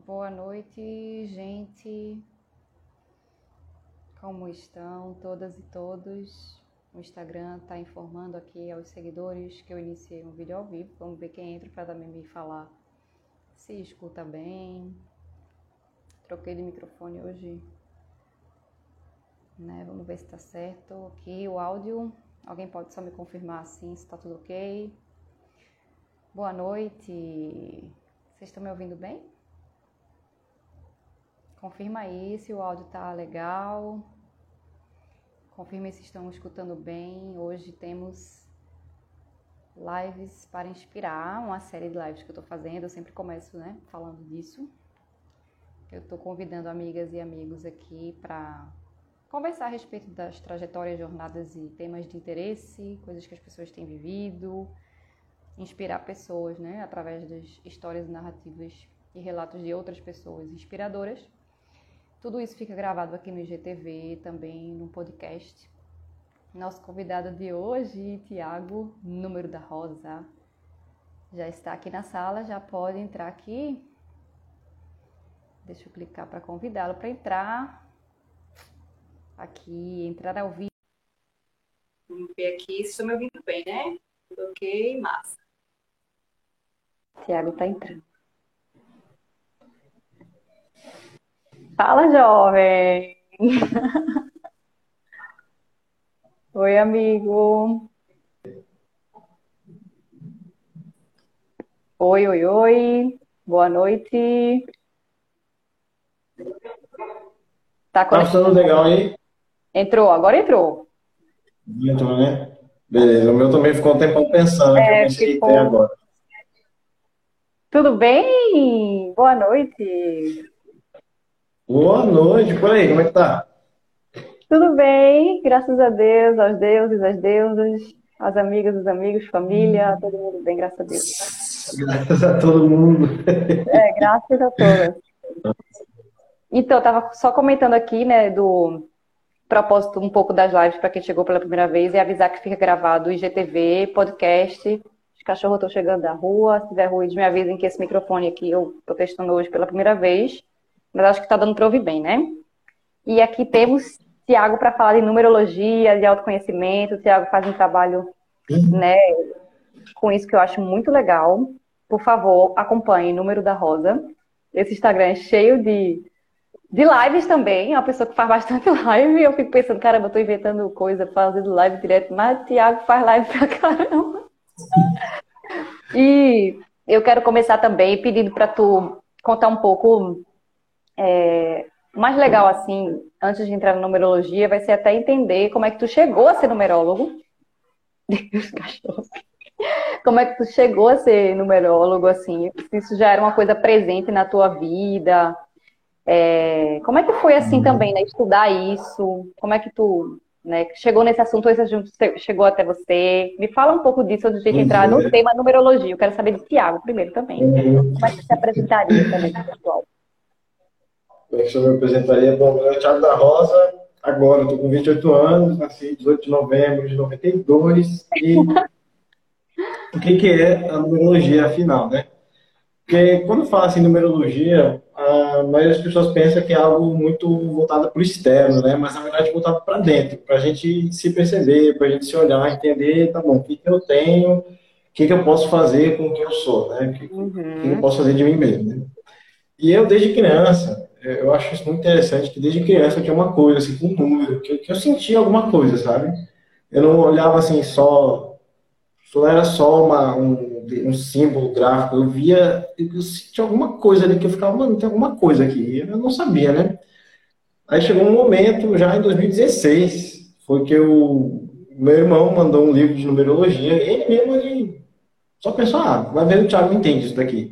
Boa noite, gente. Como estão todas e todos? O Instagram está informando aqui aos seguidores que eu iniciei um vídeo ao vivo. Vamos ver quem entra para também me falar se escuta bem. Troquei de microfone hoje, né? Vamos ver se está certo aqui o áudio. Alguém pode só me confirmar assim se está tudo ok? Boa noite. Vocês estão me ouvindo bem? Confirma aí se o áudio tá legal. Confirme se estão escutando bem. Hoje temos lives para inspirar, uma série de lives que eu tô fazendo. Eu sempre começo, né, falando disso. Eu tô convidando amigas e amigos aqui para conversar a respeito das trajetórias, jornadas e temas de interesse, coisas que as pessoas têm vivido, inspirar pessoas, né, através das histórias e narrativas e relatos de outras pessoas inspiradoras. Tudo isso fica gravado aqui no IGTV, também no podcast. Nosso convidado de hoje, Tiago, número da Rosa, já está aqui na sala, já pode entrar aqui. Deixa eu clicar para convidá-lo para entrar. Aqui, entrar ao vivo. Vamos ver aqui se estou me ouvindo bem, né? Tudo ok, massa. Tiago está entrando. Fala, jovem! Oi, amigo! Oi, oi, oi! Boa noite! Tá funcionando legal aí? Entrou, agora entrou. Entrou, né? Beleza, o meu também ficou um tempão pensando, que eu pensei até agora. Tudo bem? Boa noite! Boa noite, por aí, como é que tá? Tudo bem, graças a Deus, aos deuses, às deusas, às amigas, os amigos, família, todo mundo bem, graças a Deus. Graças a todo mundo. Graças a todas. Então, eu tava só comentando aqui, né, do propósito um pouco das lives para quem chegou pela primeira vez e avisar que fica gravado IGTV, podcast. Os cachorros estão chegando da rua, se tiver ruído, me avisem que esse microfone aqui eu tô testando hoje pela primeira vez, mas acho que tá dando para ouvir bem, né? E aqui temos Tiago para falar de numerologia, de autoconhecimento. O Tiago faz um trabalho, né, com isso que eu acho muito legal. Por favor, acompanhe Número da Rosa. Esse Instagram é cheio de lives também. É uma pessoa que faz bastante live. Eu fico pensando, caramba, eu tô inventando coisa, fazendo live direto, mas o Tiago faz live pra caramba. E eu quero começar também pedindo para tu contar um pouco... O mais legal, assim, antes de entrar na numerologia, vai ser até entender como é que tu chegou a ser numerólogo. Os cachorros. Como é que tu chegou a ser numerólogo, assim? Se isso já era uma coisa presente na tua vida. Como é que foi, assim, também, né? Estudar isso. Como é que tu, né, chegou nesse assunto, esse assunto chegou até você? Me fala um pouco disso antes de entrar no tema numerologia. Eu quero saber de Tiago primeiro também. Como é que você apresentaria também pro pessoal? Como é que eu me apresentaria? Bom, meu nome é Thiago da Rosa, agora eu tô com 28 anos, nasci 18 de novembro de 92, e o que é a numerologia, afinal, né? Porque quando fala assim numerologia, a maioria das pessoas pensa que é algo muito voltado para o externo, né? Mas na verdade voltado para dentro, para a gente se perceber, para a gente se olhar, entender, tá bom, o que eu tenho, o que eu posso fazer com o que eu sou, né? O que eu posso fazer de mim mesmo, né? E eu, desde criança, eu acho isso muito interessante, que desde criança eu tinha uma coisa, assim, com um número, que eu sentia alguma coisa, sabe? Eu não olhava assim só era só um símbolo gráfico, eu via, eu sentia alguma coisa ali que eu ficava, mano, tem alguma coisa aqui, eu não sabia, né? Aí chegou um momento, já em 2016, foi que meu irmão mandou um livro de numerologia, ele mesmo, ele só pensou, vai ver o Thiago entende isso daqui.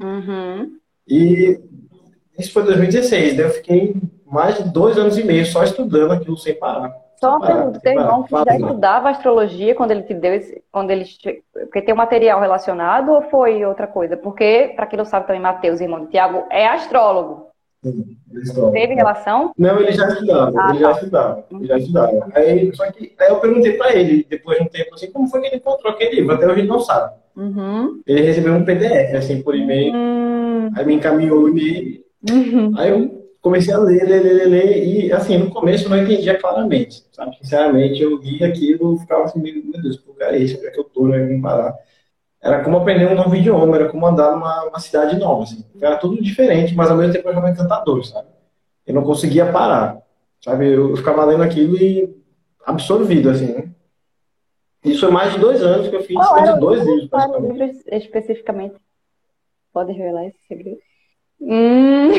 E isso foi 2016, daí eu fiquei mais de 2 anos e meio só estudando aquilo sem parar. Só uma pergunta, teu irmão que já estudava astrologia quando ele te deu porque tem um material relacionado ou foi outra coisa? Porque, para quem não sabe também, Matheus, irmão de Tiago, é astrólogo. Teve relação? Não, ele já estudava, Aí eu perguntei para ele, depois de um tempo assim, como foi que ele encontrou aquele livro? Até hoje ele não sabe. Ele recebeu um PDF, assim, por e-mail, aí me encaminhou o e-mail, Aí eu comecei a ler, ler, ler, ler, ler, e assim, no começo eu não entendia claramente, sabe? Sinceramente, eu lia aquilo e ficava assim, meu Deus, que lugar é esse? Onde é que eu tô? Né? Vim parar. Era como aprender um novo idioma, era como andar numa cidade nova, assim. Era tudo diferente, mas ao mesmo tempo era encantador, sabe? Eu não conseguia parar, sabe? Eu ficava lendo aquilo e absorvido, assim, né? Isso foi mais de 2 anos que eu fiz em Qual cima era de o dois livro? livros, Qual era o basicamente. livro especificamente? Pode revelar esse segredo? Hum.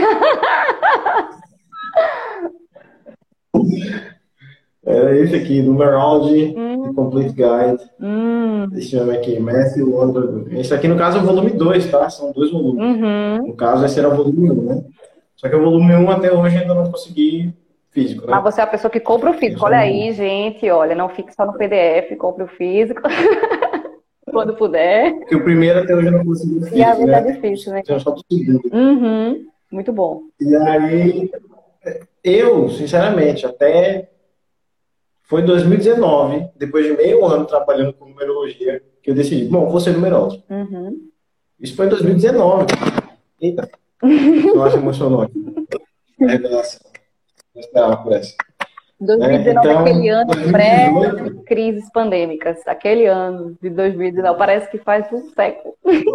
Era esse aqui, Numerology, The Complete Hum. Guide. Hum. Esse nome aqui, Matthew Wonderbook. Esse aqui, no caso, é o volume 2, tá? São 2 volumes. No Uhum. caso, esse era o volume 1, né? Só que o volume 1 até hoje ainda não consegui físico, Mas né? você é a pessoa que compra o Eu físico. só Olha li. aí, gente, olha, não fique só no PDF, compre o físico quando puder. Porque o primeiro até hoje eu não consegui E às físico, vezes é né? difícil, né? Tenho só do segundo. Uhum. Muito bom. E aí, eu, sinceramente, até foi em 2019, depois de meio ano trabalhando com numerologia, que eu decidi, bom, vou ser numerólogo. Uhum. Isso foi em 2019. Eita, eu acho que emocionou aqui. A revelação. Não esperava por essa. Né? 2019 é aquele Então, ano 2018, pré-crises pandêmicas. Aquele ano de 2019. Parece que faz um século.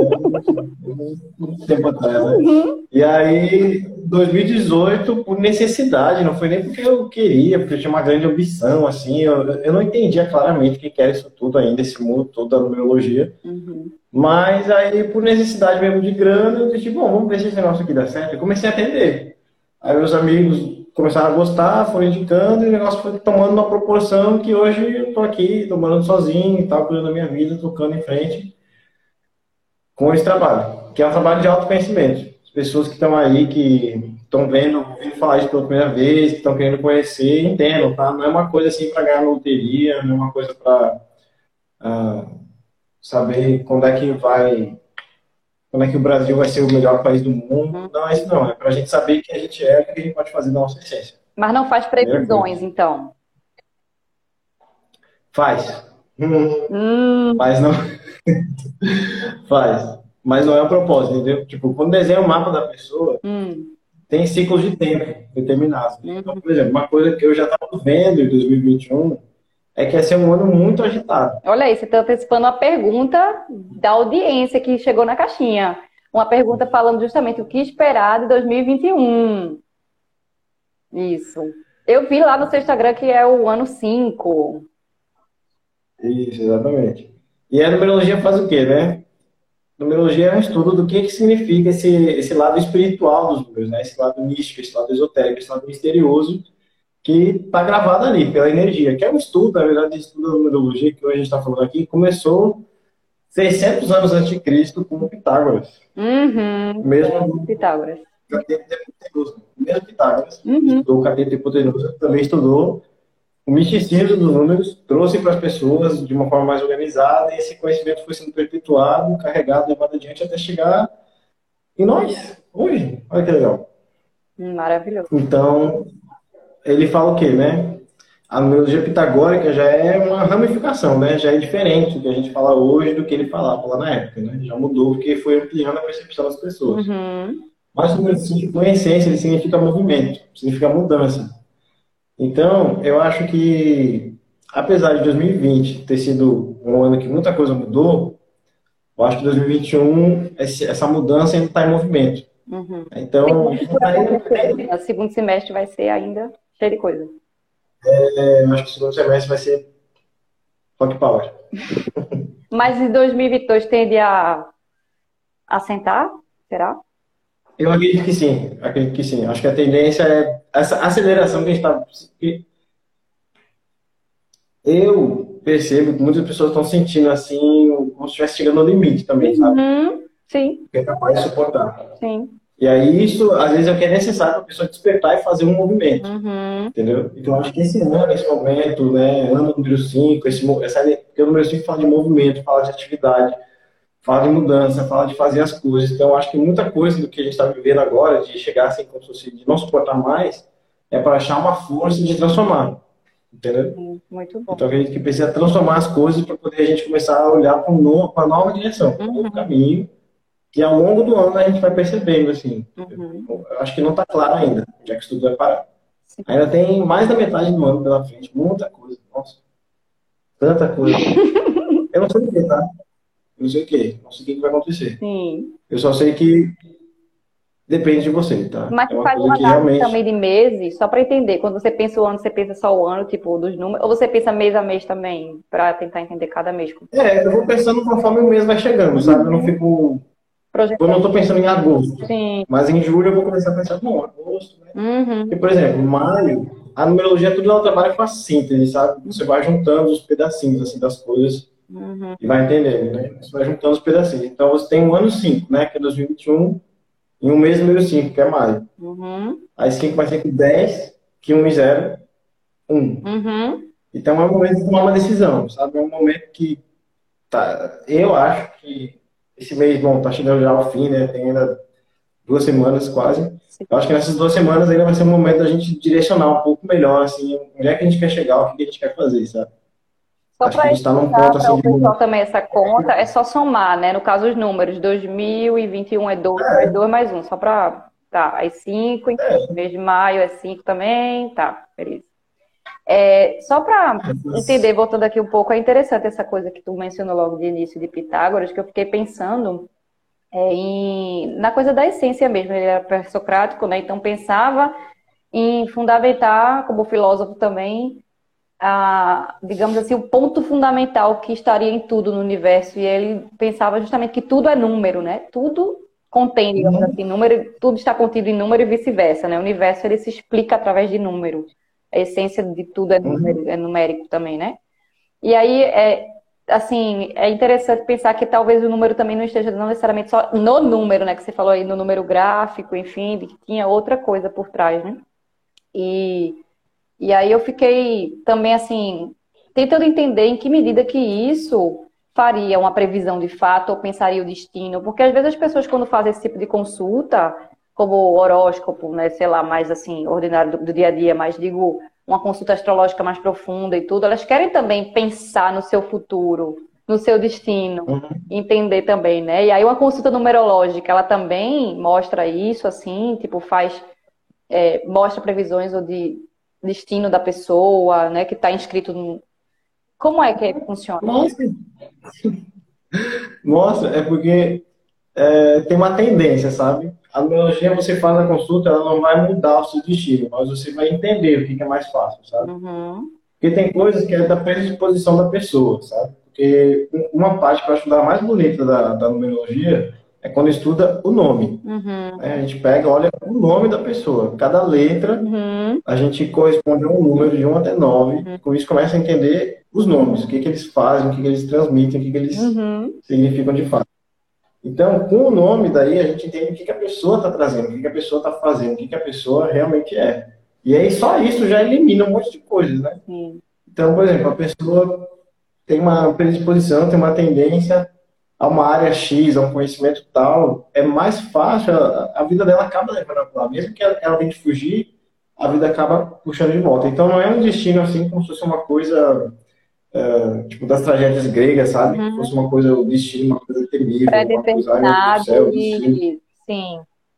muito tempo atrás, né? Uhum. E aí, 2018, por necessidade, não foi nem porque eu queria, porque eu tinha uma grande ambição, assim, eu não entendia claramente o que era isso tudo ainda, esse mundo todo da numerologia. Uhum. Mas aí, por necessidade mesmo de grana, eu disse, bom, vamos ver se esse negócio aqui dá certo. Eu comecei a atender. Aí meus amigos começaram a gostar, foram indicando, e o negócio foi tomando uma proporção que hoje eu tô aqui, tô morando sozinho e tal, cuidando da minha vida, tocando em frente com esse trabalho, que é um trabalho de autoconhecimento. As pessoas que estão aí, que estão vendo, ouvindo falar isso pela primeira vez, que estão querendo conhecer, entendam, tá? Não é uma coisa assim para ganhar na loteria, não é uma coisa para saber quando é que o Brasil vai ser o melhor país do mundo. Não, é isso não. É para a gente saber quem a gente é e o que a gente pode fazer na nossa essência. Mas não faz Primeira coisa. previsões, então. Faz. Hum. Mas não faz. Mas não é o propósito, entendeu? Tipo, quando desenha o mapa da pessoa, Hum. tem ciclos de tempo determinados. Né? Então, Uhum. por exemplo, uma coisa que eu já estava vendo em 2021 é que ia ser um ano muito agitado. Olha aí, você está antecipando uma pergunta da audiência que chegou na caixinha. Uma pergunta falando justamente o que esperar de 2021. Isso. Eu vi lá no seu Instagram que é o ano 5. Isso, exatamente. E a numerologia faz o quê, né? Numerologia é um estudo do que significa esse lado espiritual dos números, né? Esse lado místico, esse lado esotérico, esse lado misterioso que está gravado ali pela energia, que é um estudo, na verdade, estudo da numerologia que hoje a gente está falando aqui, começou 600 anos antes de Cristo com Pitágoras. Uhum. Mesmo Pitágoras. Cateto Hipotenusa. Mesmo Pitágoras Uhum. estudou o Cateto Hipotenusa, também estudou o misticismo dos números, trouxe para as pessoas de uma forma mais organizada e esse conhecimento foi sendo perpetuado, carregado, levado adiante até chegar em nós, hoje. Olha que legal. Maravilhoso. Então, ele fala o quê, né? A numerologia pitagórica já é uma ramificação, né? Já é diferente do que a gente fala hoje do que ele falava lá na época, né? Já mudou porque foi ampliando a percepção das pessoas. Uhum. Mas o número 5, em essência, ele significa movimento, significa mudança. Então, eu acho que, apesar de 2020 ter sido um ano que muita coisa mudou, eu acho que 2021, essa mudança ainda está em movimento. Uhum. Então, Tem a muito gente por está indo acontecer. bem. O segundo semestre vai ser ainda cheio de coisa. Eu acho que o segundo semestre vai ser rock power. Mas em 2022 tende a assentar? Será? Eu acredito que sim, acredito que sim. Acho que a tendência é essa aceleração que a gente está. Eu percebo que muitas pessoas estão sentindo assim, como se estivesse chegando ao limite também, sabe? Uhum. Sim, Que é capaz de suportar. sim. E aí, isso, às vezes, é o que é necessário para a pessoa despertar e fazer um movimento. Uhum. Entendeu? Então, acho que esse ano, esse momento, né, ano número 5 porque o número 5 fala de movimento, fala de atividade, fala de mudança, fala de fazer as coisas. Então, acho que muita coisa do que a gente está vivendo agora, de chegar assim, como se fosse, de não suportar mais, é para achar uma força de transformar. Entendeu? Sim, muito bom. Então, acredito que precisa transformar as coisas para poder a gente começar a olhar para uma nova direção, para um novo Uhum. caminho, que ao longo do ano a gente vai percebendo, assim. Uhum. Eu acho que não está claro ainda, onde é que isso tudo vai parar. Sim. Ainda tem mais da metade do ano pela frente, muita coisa. Nossa, tanta coisa. Eu não sei o que, tá? Eu não sei o que. Não sei o que vai acontecer. Sim. Eu só sei que depende de você, tá? Mas É você uma faz coisa uma que análise também realmente. de meses, só para entender. Quando você pensa o ano, você pensa só o ano, tipo, dos números, ou você pensa mês a mês também, para tentar entender cada mês. É, eu vou pensando conforme o mês vai chegando, sabe? Eu não Uhum. fico. Eu não Projeção. estou pensando em agosto. Sim. Mas em julho eu vou começar a pensar, não, agosto, né? Porque, Uhum. por exemplo, maio, a numerologia tudo ela trabalha com a síntese, sabe? Você vai juntando os pedacinhos assim, das coisas Uhum. e vai entendendo, né? Você vai juntando os pedacinhos. Então você tem um ano 5, né? Que é 2021, e um mês número 5, que é maio. Uhum. Aí 5 vai ser com 10, que 1 e 0, 1. Uhum. Então é um momento de tomar uma decisão, sabe? É um momento que tá, eu acho que esse mês, bom, tá chegando já ao fim, né? Tem ainda 2 semanas quase. Sim. Eu acho que nessas 2 semanas ainda vai ser um momento da gente direcionar um pouco melhor, assim, onde é que a gente quer chegar, o que a gente quer fazer, sabe? Só Acho que a para gente está num explicar ponto, para assim, o de... pessoal também essa conta, é só somar, né? No caso, os números, 2021 é 2 mais 2 mais um, só para. Tá, aí 5, mês de maio é 5 também, tá, beleza. Só para entender, voltando aqui um pouco, é interessante essa coisa que tu mencionou logo de início de Pitágoras, que eu fiquei pensando na coisa da essência mesmo. Ele era pré-socrático, né? Então pensava em fundamentar, como filósofo também, digamos assim, o ponto fundamental que estaria em tudo no universo. E ele pensava justamente que tudo é número, né? Tudo contém, digamos assim, número, tudo está contido em número e vice-versa, né? O universo ele se explica através de números. A essência de tudo é número, é numérico também, né? E aí, assim, é interessante pensar que talvez o número também não esteja não necessariamente só no número, né? Que você falou aí no número gráfico, enfim, de que tinha outra coisa por trás, né? E, e aí eu fiquei também, assim, tentando entender em que medida que isso faria uma previsão de fato ou pensaria o destino. Porque às vezes as pessoas, quando fazem esse tipo de consulta, como horóscopo, né, sei lá, mais assim, ordinário do dia a dia, mas digo, uma consulta astrológica mais profunda e tudo, elas querem também pensar no seu futuro, no seu destino, entender também, né? E aí uma consulta numerológica, ela também mostra isso, assim, tipo, mostra previsões ou de destino da pessoa, né, que está inscrito no... Como é que funciona? Nossa, nossa, é porque tem uma tendência, sabe? A numerologia, você faz a consulta, ela não vai mudar o seu destino, mas você vai entender o que é mais fácil, sabe? Uhum, Porque tem coisas que é da predisposição da pessoa, sabe? Porque uma parte que eu acho da mais bonita da numerologia é quando estuda o nome. uhum, Né? A gente pega, olha o nome da pessoa. Cada letra uhum, a gente corresponde a um número de 1 até 9. uhum, Com isso começa a entender os nomes, o que eles fazem, o que eles transmitem, o que eles uhum, significam de fato. Então, com o nome daí, a gente entende o que a pessoa está trazendo, o que a pessoa está fazendo, o que a pessoa realmente é. E aí só isso já elimina um monte de coisas, né? sim. Então, por exemplo, a pessoa tem uma predisposição, tem uma tendência a uma área X, a um conhecimento tal, é mais fácil, a vida dela acaba levando a lá. Mesmo que ela tente fugir, a vida acaba puxando de volta. Então não é um destino assim como se fosse uma coisa, tipo das tragédias gregas, sabe? Que fosse Uhum. uma coisa, o destino, uma coisa terrível, uma coisa, ai meu Deus do céu, Pré-determinado o destino. sim.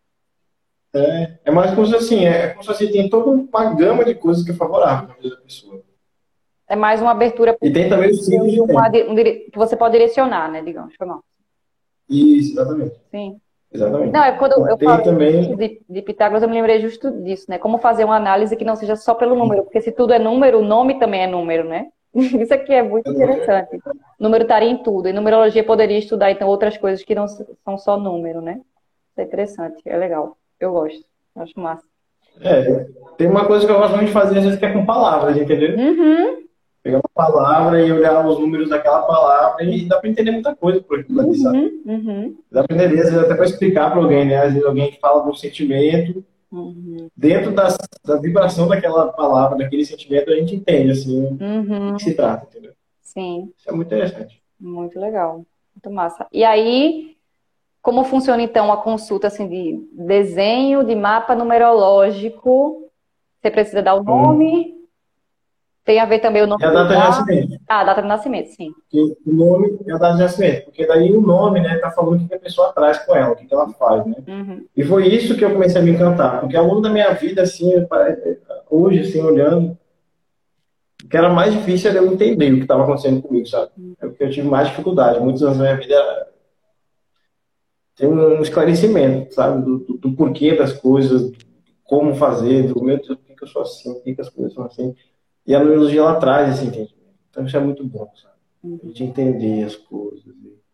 É mais como se assim, é como se assim, tem toda uma gama de coisas que é favorável na vida da pessoa. É mais uma abertura E tem também os ciclos e de tempo. que você pode direcionar, né, digamos. Foi mal. Isso, exatamente. Sim. Não, Exatamente. é quando E eu tem falei também. de Pitágoras, eu me lembrei justo disso, né? Como fazer uma análise que não seja só pelo número, porque se tudo é número, o nome também é número, né? Isso aqui é muito interessante. O número estaria em tudo. E numerologia poderia estudar, então, outras coisas que não são só número, né? Isso é interessante, é legal. Eu gosto, acho massa. Tem uma coisa que eu gosto muito de fazer, às vezes, que é com palavras, entendeu? Uhum, Pegar uma palavra e olhar os números daquela palavra e dá para entender muita coisa por aquilo ali, sabe? uhum, uhum, Dá para entender, às vezes, até para explicar para alguém, né? Às vezes alguém que fala de um sentimento, uhum, dentro da vibração daquela palavra, daquele sentimento, a gente entende, assim, do que uhum. se trata, entendeu? Sim, Isso é muito interessante. muito legal. Muito massa. E aí, como funciona então a consulta assim de desenho de mapa numerológico? Você precisa dar o Hum. nome? Tem a ver também o e nome a do data de lugar? nascimento. Ah, a data de nascimento, sim. Que o nome é a data de nascimento, porque daí o nome, né, tá falando o que a pessoa traz com ela, o que ela faz, né? Uhum. E foi isso que eu comecei a me encantar, porque ao longo da minha vida, assim, hoje, assim, olhando, o que era mais difícil era eu entender o que estava acontecendo comigo, sabe? É porque eu tive mais dificuldade. Muitos anos da minha vida tem um esclarecimento, sabe? Do porquê das coisas, como fazer, do meu Deus, por que eu sou assim, por que as coisas são assim. E a numerologia, ela traz esse entendimento. Então isso é muito bom, sabe? A gente entender as coisas.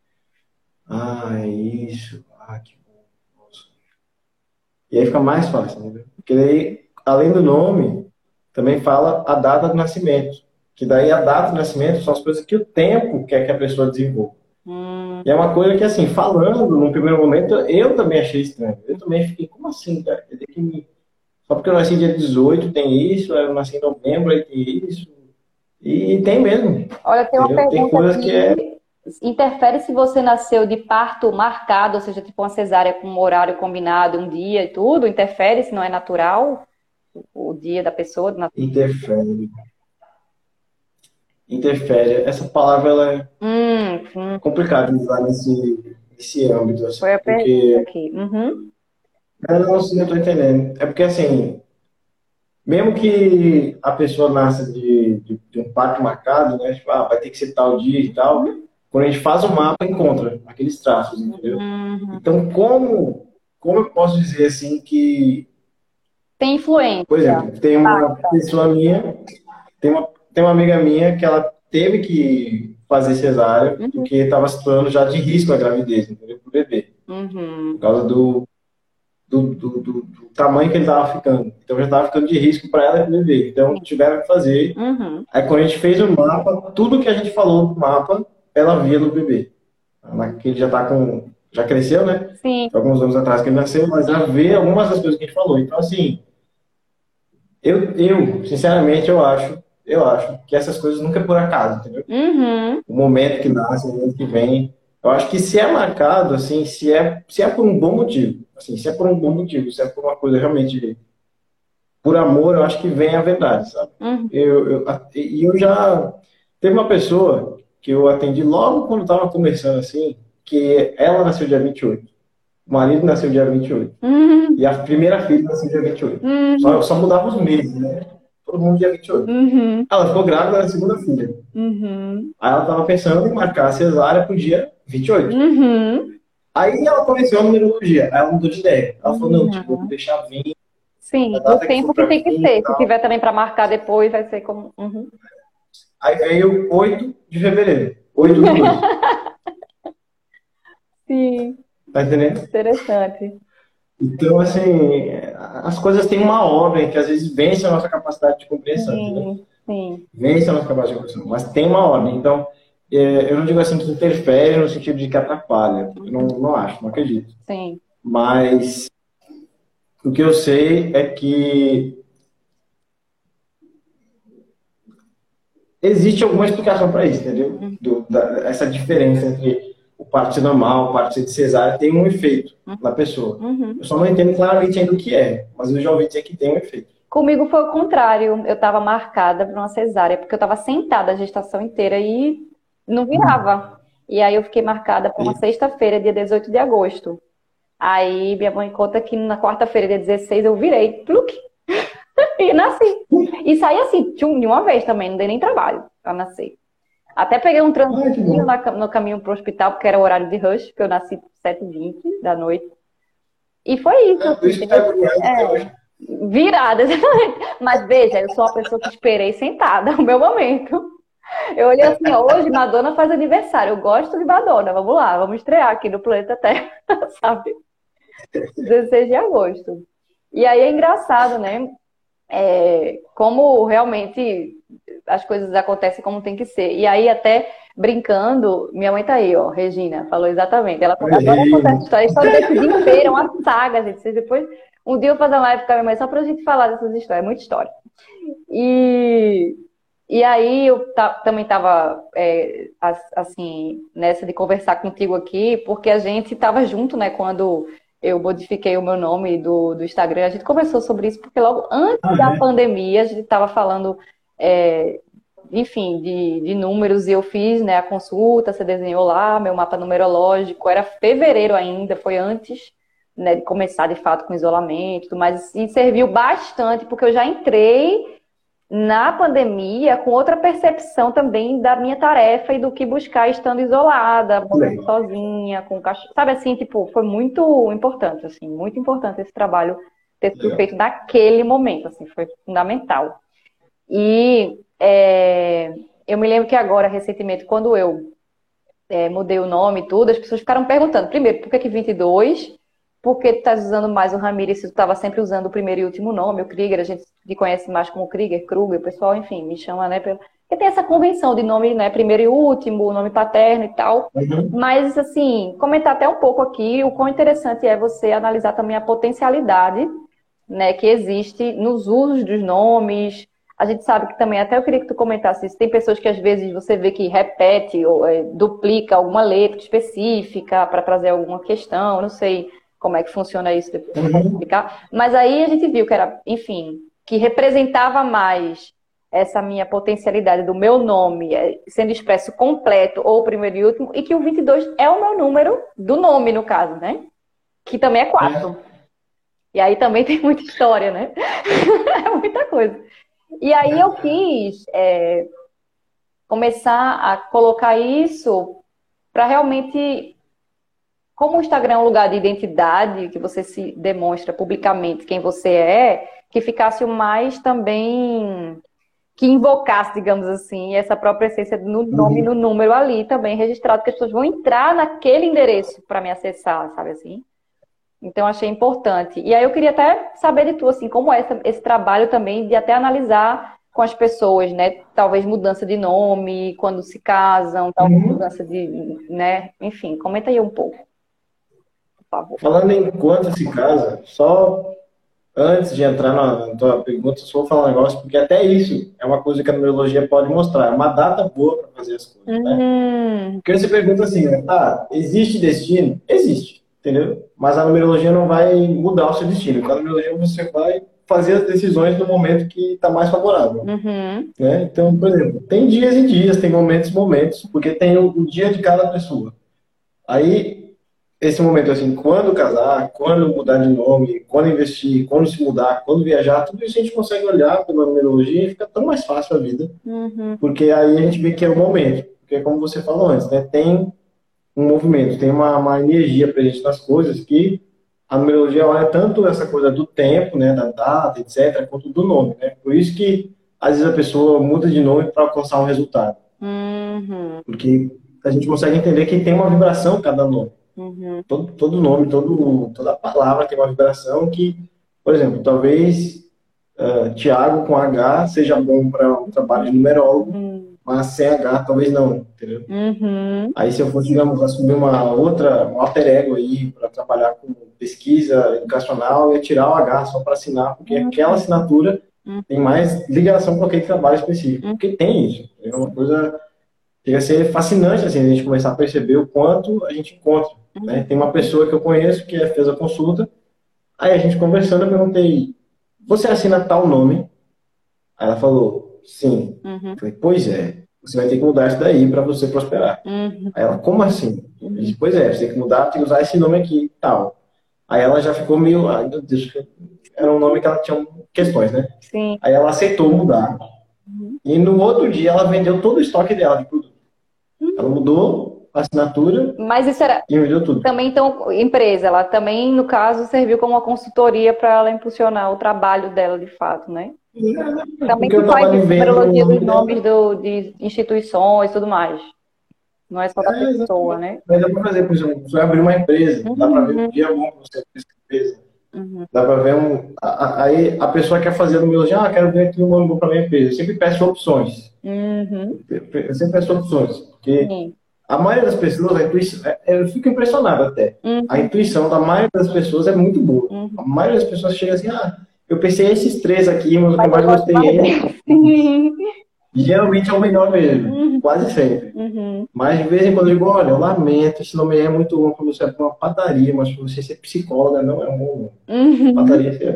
É isso. Que bom. Nossa. E aí fica mais fácil, né? Porque daí, além do nome, também fala a data do nascimento. Que daí a data do nascimento são as coisas que o tempo quer que a pessoa desenvolva. Hum, E é uma coisa que, assim, falando no primeiro momento, eu também achei estranho. Eu também fiquei, como assim, cara? Só porque eu nasci dia 18 tem isso, eu nasci em novembro aí tem isso. E tem mesmo, Olha, tem uma entendeu? Tem pergunta coisas que é. aqui. Interfere se você nasceu de parto marcado, ou seja, tipo uma cesárea com um horário combinado, um dia e tudo? Interfere se não é natural o dia da pessoa? Interfere. Interfere. Essa palavra ela é Hum. complicada de usar nesse âmbito, assim, Foi a pergunta porque. aqui. Uhum. Eu não estou entendendo. É porque, assim, mesmo que a pessoa nasça de um parto marcado, né? Tipo, vai ter que ser tal dia e tal. Quando a gente faz o mapa, encontra aqueles traços, entendeu? Uhum. Então, como eu posso dizer assim que, Tem por influência. exemplo, tem uma pessoa minha, tem uma amiga minha que ela teve que fazer cesárea Uhum. porque estava se tornando já de risco a gravidez, entendeu? Pro bebê, por Uhum. causa do tamanho que ele estava ficando. Então já estava ficando de risco para ela e para o bebê. Então tiveram que fazer. Uhum. Aí quando a gente fez o mapa, tudo que a gente falou no mapa, ela via no bebê. Que ele já tá com. Já cresceu, né? Sim. Alguns anos atrás que ele nasceu, mas já vê algumas das coisas que a gente falou. Então, assim, sinceramente, eu acho que essas coisas nunca é por acaso, entendeu? Uhum. O momento que nasce, o momento que vem. Eu acho que se é marcado, assim, se é por um bom motivo, assim, se é por um bom motivo, se é por uma coisa realmente por amor, eu acho que vem a verdade, sabe? Uhum. E eu já teve uma pessoa que eu atendi logo quando estava começando assim, que ela nasceu dia 28. O marido nasceu dia 28. Uhum. E a primeira filha nasceu dia 28. Uhum. Só mudava os meses, né? Todo mundo dia 28. Uhum. Ela ficou grávida da segunda filha. Uhum. Aí ela estava pensando em marcar a cesárea pro dia 28. Uhum. Aí ela conheceu a numerologia. Aí ela mudou de ideia. Ela falou, não, tipo, eu vou Uhum. deixar vir, a Sim, no data que for tempo que para tem que mim e ser. Se tal. tiver também para marcar depois, vai ser como. Uhum. Aí veio 8 de fevereiro. 8/12. Sim, Tá entendendo? interessante. Então, assim, as coisas têm uma ordem que às vezes vence a nossa capacidade de compreensão, entendeu? Sim, sim, Vence a nossa capacidade de compreensão, mas tem uma ordem. Então, eu não digo assim que interfere no sentido de que atrapalha. Eu não acho, não acredito. sim. Mas o que eu sei é que existe alguma explicação para isso, entendeu? Uhum. Essa diferença entre o parto normal, o parto de cesárea, tem um efeito na pessoa. Uhum. Eu só não entendo claramente ainda o que é, mas eu já ouvi dizer que tem um efeito. Comigo foi o contrário. Eu estava marcada para uma cesárea, porque eu estava sentada a gestação inteira e não virava. E aí eu fiquei marcada para uma E, sexta-feira, dia 18 de agosto. Aí minha mãe conta que na quarta-feira, dia 16, eu virei, pluk, e nasci. E saí assim, tchum, de uma vez também, não dei nem trabalho para nascer. Até peguei um que transinho bom. no caminho pro hospital, porque era o horário de rush, porque eu nasci 7h20 da noite. E foi isso, Por assim, isso que tá entendeu? agoniado até É, hoje. virada, exatamente. Mas veja, eu sou uma pessoa que esperei sentada o meu momento. Eu olhei assim, ó, hoje Madonna faz aniversário, eu gosto de Madonna, vamos lá, vamos estrear aqui no Planeta Terra, sabe? 16 de agosto. E aí é engraçado, né? Como realmente as coisas acontecem como tem que ser. E aí, até brincando, minha mãe tá aí, ó, Regina, falou exatamente. Ela adora contar essa história. A história desse dia inteiro é uma saga, gente. Vocês depois, um dia eu vou fazer uma live com a minha mãe só pra gente falar dessas histórias, é muita história. E, e aí eu também tava, assim, nessa de conversar contigo aqui, porque a gente tava junto, né, quando eu modifiquei o meu nome do Instagram. A gente conversou sobre isso, porque logo antes Ah, da é? pandemia, a gente estava falando. enfim, de números, e eu fiz, né, a consulta, você desenhou lá, meu mapa numerológico, era fevereiro ainda, foi antes, né, de começar de fato com isolamento, e tudo mais, e serviu bastante, porque eu já entrei na pandemia com outra percepção também da minha tarefa e do que buscar estando isolada, morando Legal. sozinha, com o cachorro, sabe assim, tipo, foi muito importante, assim, muito importante esse trabalho ter sido Legal. feito naquele momento, assim, foi fundamental. E eu me lembro que agora, recentemente, quando eu mudei o nome e tudo, as pessoas ficaram perguntando, primeiro, por que que 22? Por que tu estás usando mais o Ramírez se tu estava sempre usando o primeiro e último nome, o Krieger, a gente te conhece mais como Krieger, Kruger, o pessoal, enfim, me chama, né? Porque tem essa convenção de nome, né, primeiro e último, nome paterno e tal. Uhum. Mas, assim, comentar até um pouco aqui o quão interessante é você analisar também a potencialidade, né, que existe nos usos dos nomes. A gente sabe que também, até eu queria que tu comentasse isso, tem pessoas que às vezes você vê que repete ou duplica alguma letra específica para trazer alguma questão, não sei como é que funciona isso, depois você pode Uhum. explicar. Mas aí a gente viu que era, enfim, que representava mais essa minha potencialidade do meu nome sendo expresso completo ou primeiro e último, e que o 22 é o meu número do nome, no caso, né? Que também é É. 4. E aí também tem muita história, né? É muita coisa. E aí eu quis começar a colocar isso para realmente, como o Instagram é um lugar de identidade, que você se demonstra publicamente quem você é, que ficasse o mais também, que invocasse, digamos assim, essa própria essência no nome e no Uhum. número ali também registrado, que as pessoas vão entrar naquele endereço para me acessar, sabe assim? Então, achei importante. E aí eu queria até saber de tu, assim, como é esse trabalho também de até analisar com as pessoas, né? Talvez mudança de nome, quando se casam, talvez Uhum. mudança de, né? Enfim, comenta aí um pouco, por favor. Falando em quanto se casa, só antes de entrar na tua pergunta, só vou falar um negócio, porque até isso é uma coisa que a numerologia pode mostrar. É uma data boa para fazer as coisas, né? Hum, Porque você pergunta assim, né? Ah, existe destino? Existe, entendeu? Mas a numerologia não vai mudar o seu destino. Com a numerologia você vai fazer as decisões no momento que está mais favorável, uhum, né? Então, por exemplo, tem dias e dias, tem momentos e momentos, porque tem o dia de cada pessoa. Aí, esse momento, assim, quando casar, quando mudar de nome, quando investir, quando se mudar, quando viajar, tudo isso a gente consegue olhar pela numerologia e fica tão mais fácil a vida, uhum, porque aí a gente vê que é o momento. Porque, como você falou antes, né, tem um movimento, tem uma energia presente nas coisas que a numerologia olha tanto essa coisa do tempo, né, da data, etc., quanto do nome, né? Por isso que, às vezes, a pessoa muda de nome para alcançar um resultado. uhum, Porque a gente consegue entender que tem uma vibração cada nome. uhum, Todo nome, toda palavra tem uma vibração que, por exemplo, talvez Tiago com H seja bom para um trabalho de numerólogo, uhum, mas sem H talvez não, entendeu? uhum, Aí se eu fosse, digamos, assumir um alter ego aí para trabalhar com pesquisa educacional, eu ia tirar o H só para assinar, porque aquela assinatura uhum, tem mais ligação com aquele trabalho específico. uhum, Porque tem isso. É uma coisa chega a ser fascinante assim, a gente começar a perceber o quanto a gente encontra. Né? Tem uma pessoa que eu conheço que fez a consulta, aí a gente conversando, eu perguntei, você assina tal nome? Aí ela falou, sim. uhum, Eu falei, pois é, você vai ter que mudar isso daí para você prosperar. uhum, Aí ela, como assim? Eu uhum. disse, pois é, você tem que mudar, tem que usar esse nome aqui e tal. Aí ela já ficou meio, ai meu Deus, era um nome que ela tinha questões, né? Sim. Aí ela aceitou mudar. Uhum. E no outro dia ela vendeu todo o estoque dela de produto. Ela mudou a assinatura Mas isso era e vendeu tudo. também, então, empresa, ela também, no caso, serviu como uma consultoria para ela impulsionar o trabalho dela, de fato, né? Também Porque se eu faz trabalho isso, vendo o numerologia dos nome dela. nomes de instituições e tudo mais. Não é só da pessoa, Exatamente. né? Mas dá para fazer, por exemplo, você vai abrir uma empresa, dá para ver o Uhum, dia bom que você abrir essa empresa. uhum, Dá para ver aí a pessoa quer fazer no meu dia, quero ver aqui um nome bom para minha empresa. Eu sempre peço opções. uhum, Eu sempre peço opções. Porque sim. a maioria das pessoas, a intuição, eu fico impressionado até. A Uhum, intuição da maioria das pessoas é muito boa. A uhum. maioria das pessoas chega assim, eu pensei esses três aqui, mas o que eu Mas eu mais gosto gostei mais é esse. desse. Sim. E geralmente é o melhor mesmo, Uhum, quase sempre. uhum, Mas de vez em quando eu digo, olha, eu lamento, esse nome aí é muito bom para você abrir uma padaria, mas para você ser psicóloga não é um bom nome. uhum. Padaria seria bom.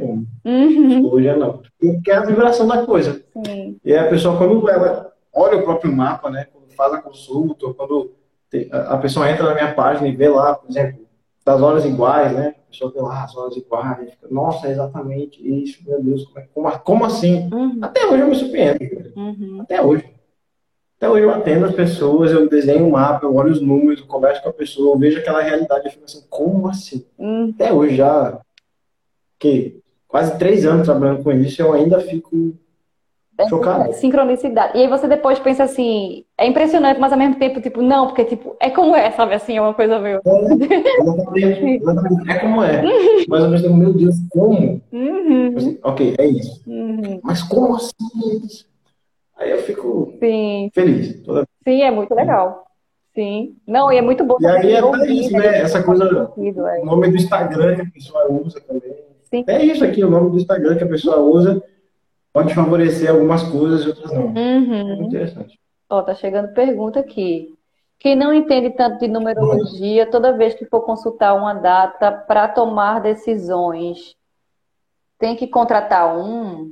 Uhum. Psicologia não. Porque é a vibração da coisa. Sim. E aí a pessoa, quando ela olha o próprio mapa, né? Quando faz a consulta, ou quando a pessoa entra na minha página e vê lá, por exemplo, das horas iguais, né? A pessoa vê lá as horas iguais, e fica, nossa, é exatamente isso, meu Deus, como assim? Uhum. Até hoje eu me surpreendo, cara. Uhum. Até hoje. Até hoje eu atendo as pessoas, eu desenho um mapa, eu olho os números, eu converso com a pessoa, eu vejo aquela realidade e fico assim, como assim? Uhum. Até hoje já, que quase 3 anos trabalhando com isso, eu ainda fico chocado. Sincronicidade. E aí você depois pensa assim, é impressionante, mas ao mesmo tempo, tipo, não, porque tipo, é como é, sabe assim, é uma coisa meio. Exatamente, exatamente. É como é. Mas ao mesmo tempo, meu Deus, como? Uhum. Assim, ok, é isso. Uhum. Mas como assim é isso? Aí eu fico Sim, feliz. sim, é muito legal. Sim. Não, e é muito bom E aí também é até ouvir, isso, né? né? Isso Essa faz coisa, sentido, é. o nome do Instagram que a pessoa usa também. Sim. É isso aqui, o nome do Instagram que a pessoa usa pode favorecer algumas coisas e outras não. É muito Uhum. interessante. Ó, tá chegando pergunta aqui. Quem não entende tanto de numerologia, toda vez que for consultar uma data para tomar decisões, tem que contratar um?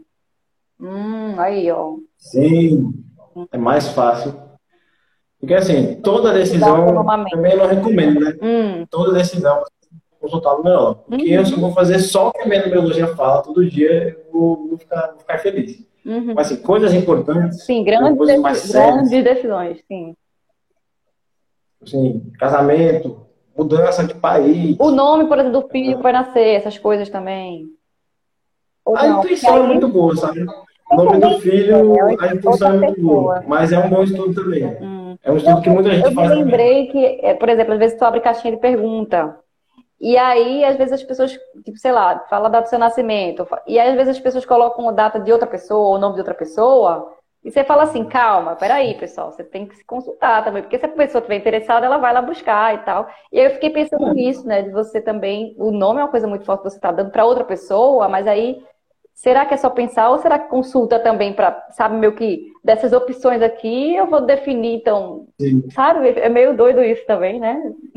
Aí, ó. Sim, é mais fácil. Porque assim, toda Estudar decisão autonomamente. também eu não recomendo, né? Hum. Toda decisão consultar o numerólogo. Porque eu, se eu Uhum. vou fazer só o que a minha numerologia fala todo dia, eu vou ficar feliz. Mas Uhum. assim, coisas importantes, Sim, coisas mais sérias, grandes decisões, sim. assim, casamento, mudança de O país. nome, por exemplo, do filho que vai nascer, essas coisas também. Ou A não? Porque intuição é aí muito boa, sabe? O aí nome do também filho, é a intuição outra é muito boa. pessoa. Mas é um bom estudo também. É um Não, estudo que muita eu gente me faz também. lembrei que, por exemplo, às vezes tu abre caixinha de pergunta. E aí, às vezes, as pessoas, tipo, sei lá, fala a data do seu nascimento. E aí, às vezes, as pessoas colocam a data de outra pessoa, o nome de outra pessoa. E você fala assim, calma, peraí, pessoal, você tem que se consultar também. Porque se a pessoa estiver interessada, ela vai lá buscar e tal. E aí eu fiquei pensando nisso, né? De você também. O nome é uma coisa muito forte que você está dando para outra pessoa, mas aí. Será que é só pensar ou será que consulta também para, sabe, meio que dessas opções aqui eu vou definir, então, Sim. sabe? É meio doido isso também, né?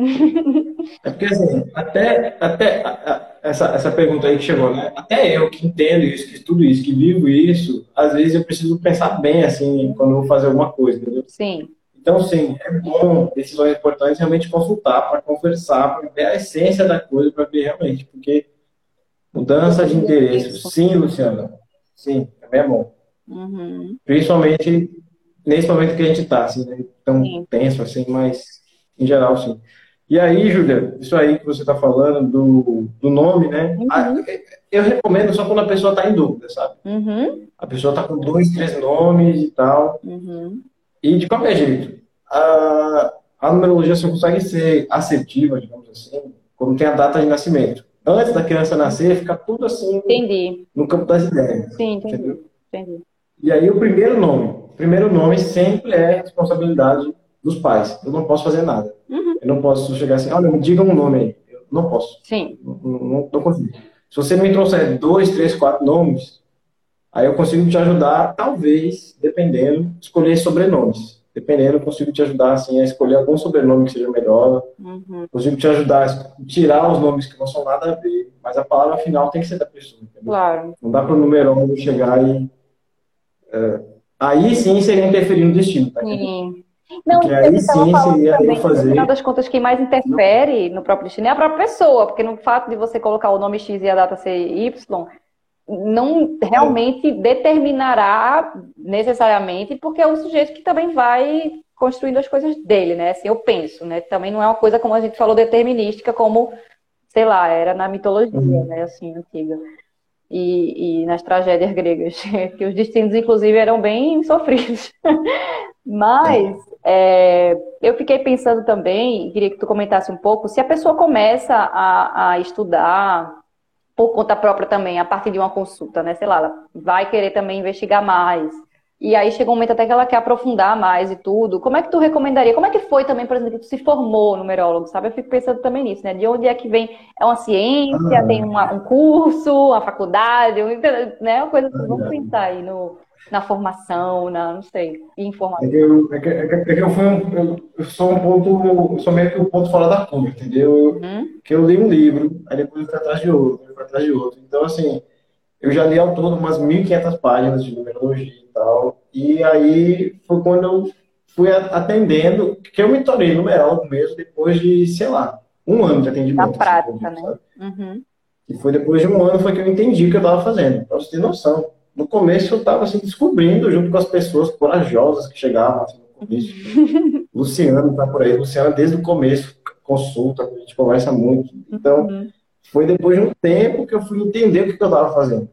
É porque, assim, até essa pergunta aí que chegou, né? Até eu que entendo isso, que estudo isso, que vivo isso, às vezes eu preciso pensar bem, assim, quando eu vou fazer alguma coisa, entendeu? Sim, Então, sim, é bom, decisões importantes, realmente consultar, para conversar, para ver a essência da coisa, para ver realmente, porque mudança de definir interesse, isso. sim, Luciana, sim, também é bom. Uhum, Principalmente nesse momento que a gente está, assim, né? Tão sim. tenso, assim, mas em geral, sim. E aí, Júlia, isso aí que você está falando do nome, né? Uhum, Eu recomendo só quando a pessoa está em dúvida, sabe? uhum, A pessoa está com 2, 3 nomes e tal. uhum. E de qualquer jeito, a numerologia só consegue ser assertiva, digamos assim, quando tem a data de nascimento. Antes da criança nascer, fica tudo assim Entendi. no campo das ideias, Sim, entendi. entendeu? Entendi. E aí o primeiro nome sempre é responsabilidade dos pais. Eu não posso fazer nada. Uhum. Eu não posso chegar assim, olha, me diga um nome aí. Eu não posso. Sim, Não consigo. Se você me trouxer 2, 3, 4 nomes, aí eu consigo te ajudar, talvez, dependendo, escolher sobrenomes. Dependendo, eu consigo te ajudar assim, a escolher algum sobrenome que seja melhor. uhum. Consigo te ajudar a tirar os nomes que não são nada a ver. Mas a palavra final tem que ser da pessoa, entendeu? Claro. Não dá para o numerólogo chegar e aí sim seria interferir no destino, tá entendendo? Sim. Não, Porque eu aí estava sim falando seria eu também que no final fazer. das contas quem mais interfere no próprio destino é a própria pessoa, porque no fato de você colocar o nome X e a data ser Y, não realmente determinará necessariamente, porque é o sujeito que também vai construindo as coisas dele, né? Assim, eu penso, né? Também não é uma coisa como a gente falou determinística, como, sei lá, era na mitologia, né? Assim, antiga. E nas tragédias gregas, que os destinos, inclusive, eram bem sofridos. Mas eu fiquei pensando também, queria que tu comentasse um pouco, se a pessoa começa a estudar por conta própria também, a partir de uma consulta, né? Sei lá, ela vai querer também investigar mais. E aí chega um momento até que ela quer aprofundar mais e tudo. Como é que tu recomendaria? Como é que foi também, por exemplo, que tu se formou numerólogo, sabe? Eu fico pensando também nisso, né? De onde é que vem? É uma ciência, tem Ah, um curso, uma faculdade, né? Uma coisa assim, vamos pensar aí na formação, não sei, informação. eu, fui eu sou um ponto, eu sou meio que um ponto fora da curva, entendeu? Uhum, Que eu li um livro, aí depois eu fui atrás de outro, eu fui atrás de outro. Então, assim, eu já li ao todo umas 1.500 páginas de numerologia e tal. E aí foi quando eu fui atendendo, que eu me tornei numerólogo mesmo depois de, sei lá, um ano de Da atendimento, assim, que eu prática, digo, né? sabe? Uhum. E foi depois de um ano foi que eu entendi o que eu estava fazendo, pra você ter noção. No começo eu estava assim, descobrindo junto com as pessoas corajosas que chegavam assim, no começo. Tipo, Luciano tá por aí, Luciano desde o começo consulta, a gente conversa muito. Então, Uhum. foi depois de um tempo que eu fui entender o que eu estava fazendo.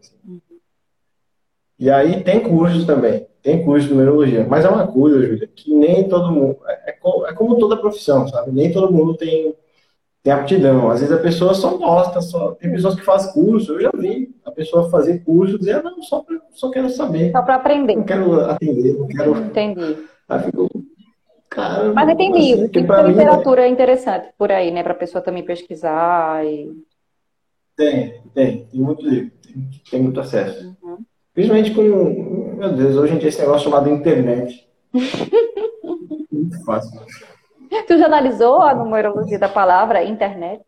E aí tem cursos também, tem curso de numerologia, mas é uma coisa, Júlia, que nem todo mundo, é como toda profissão, sabe? Nem todo mundo tem aptidão. Às vezes a pessoa só gosta, tem pessoas que fazem curso, eu já vi a pessoa fazer curso e dizer, ah, não, só quero Só saber, para aprender. não quero atender, não quero. Entendi. Aí ficou, Mas caramba, aí tem como assim? livros, Porque tem pra muita mim, né, literatura interessante por aí, né? Para a pessoa também pesquisar. tem muito livro, tem muito acesso. Uhum. Principalmente com, meu Deus, hoje em dia esse negócio chamado internet, muito fácil. Tu já analisou a numerologia da palavra internet?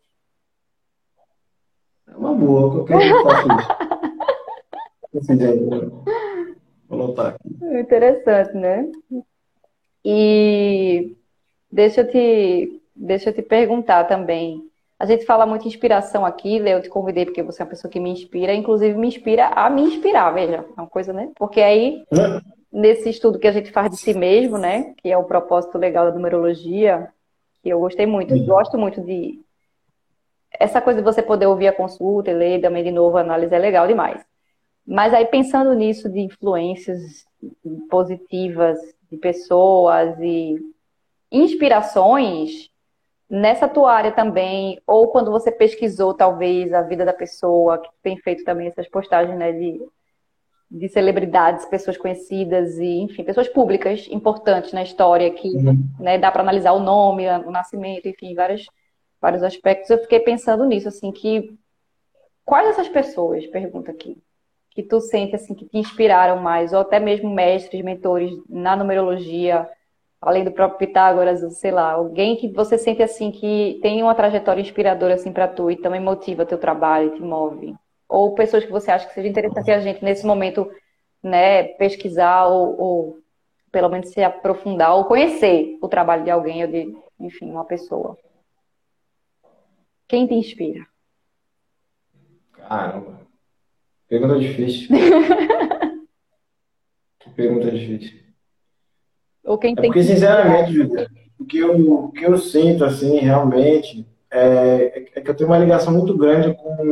É uma boa, qualquer dia eu faço isso. Se fizer, vou anotar aqui. Interessante, né? E deixa eu te perguntar também. A gente fala muito em inspiração aqui, Lê, eu te convidei porque você é uma pessoa que me inspira, inclusive me inspira a me inspirar, veja, é uma coisa, né? Porque aí, Né? nesse estudo que a gente faz de si mesmo, né? Que é o propósito legal da numerologia, que eu gostei muito, gosto muito de. Essa coisa de você poder ouvir a consulta e ler também de novo a análise é legal demais. Mas aí pensando nisso de influências positivas de pessoas e inspirações nessa tua área também, ou quando você pesquisou talvez a vida da pessoa, que tem feito também essas postagens, né, de celebridades, pessoas conhecidas e, enfim, pessoas públicas importantes na história que, Uhum. né, dá para analisar o nome, o nascimento, enfim, vários aspectos. Eu fiquei pensando nisso, assim, que quais dessas pessoas, pergunta aqui, que tu sente assim que te inspiraram mais, ou até mesmo mestres, mentores na numerologia, além do próprio Pitágoras, sei lá, alguém que você sente assim que tem uma trajetória inspiradora assim para tu e também motiva teu trabalho, te move, ou pessoas que você acha que seja interessante a gente nesse momento, né, pesquisar ou pelo menos se aprofundar ou conhecer o trabalho de alguém ou de, enfim, uma pessoa. Quem te inspira? Caramba, pergunta difícil. Que pergunta difícil. Ou quem É tem porque, te sinceramente, inspirado? Julia, o que eu sinto, assim, realmente, é que eu tenho uma ligação muito grande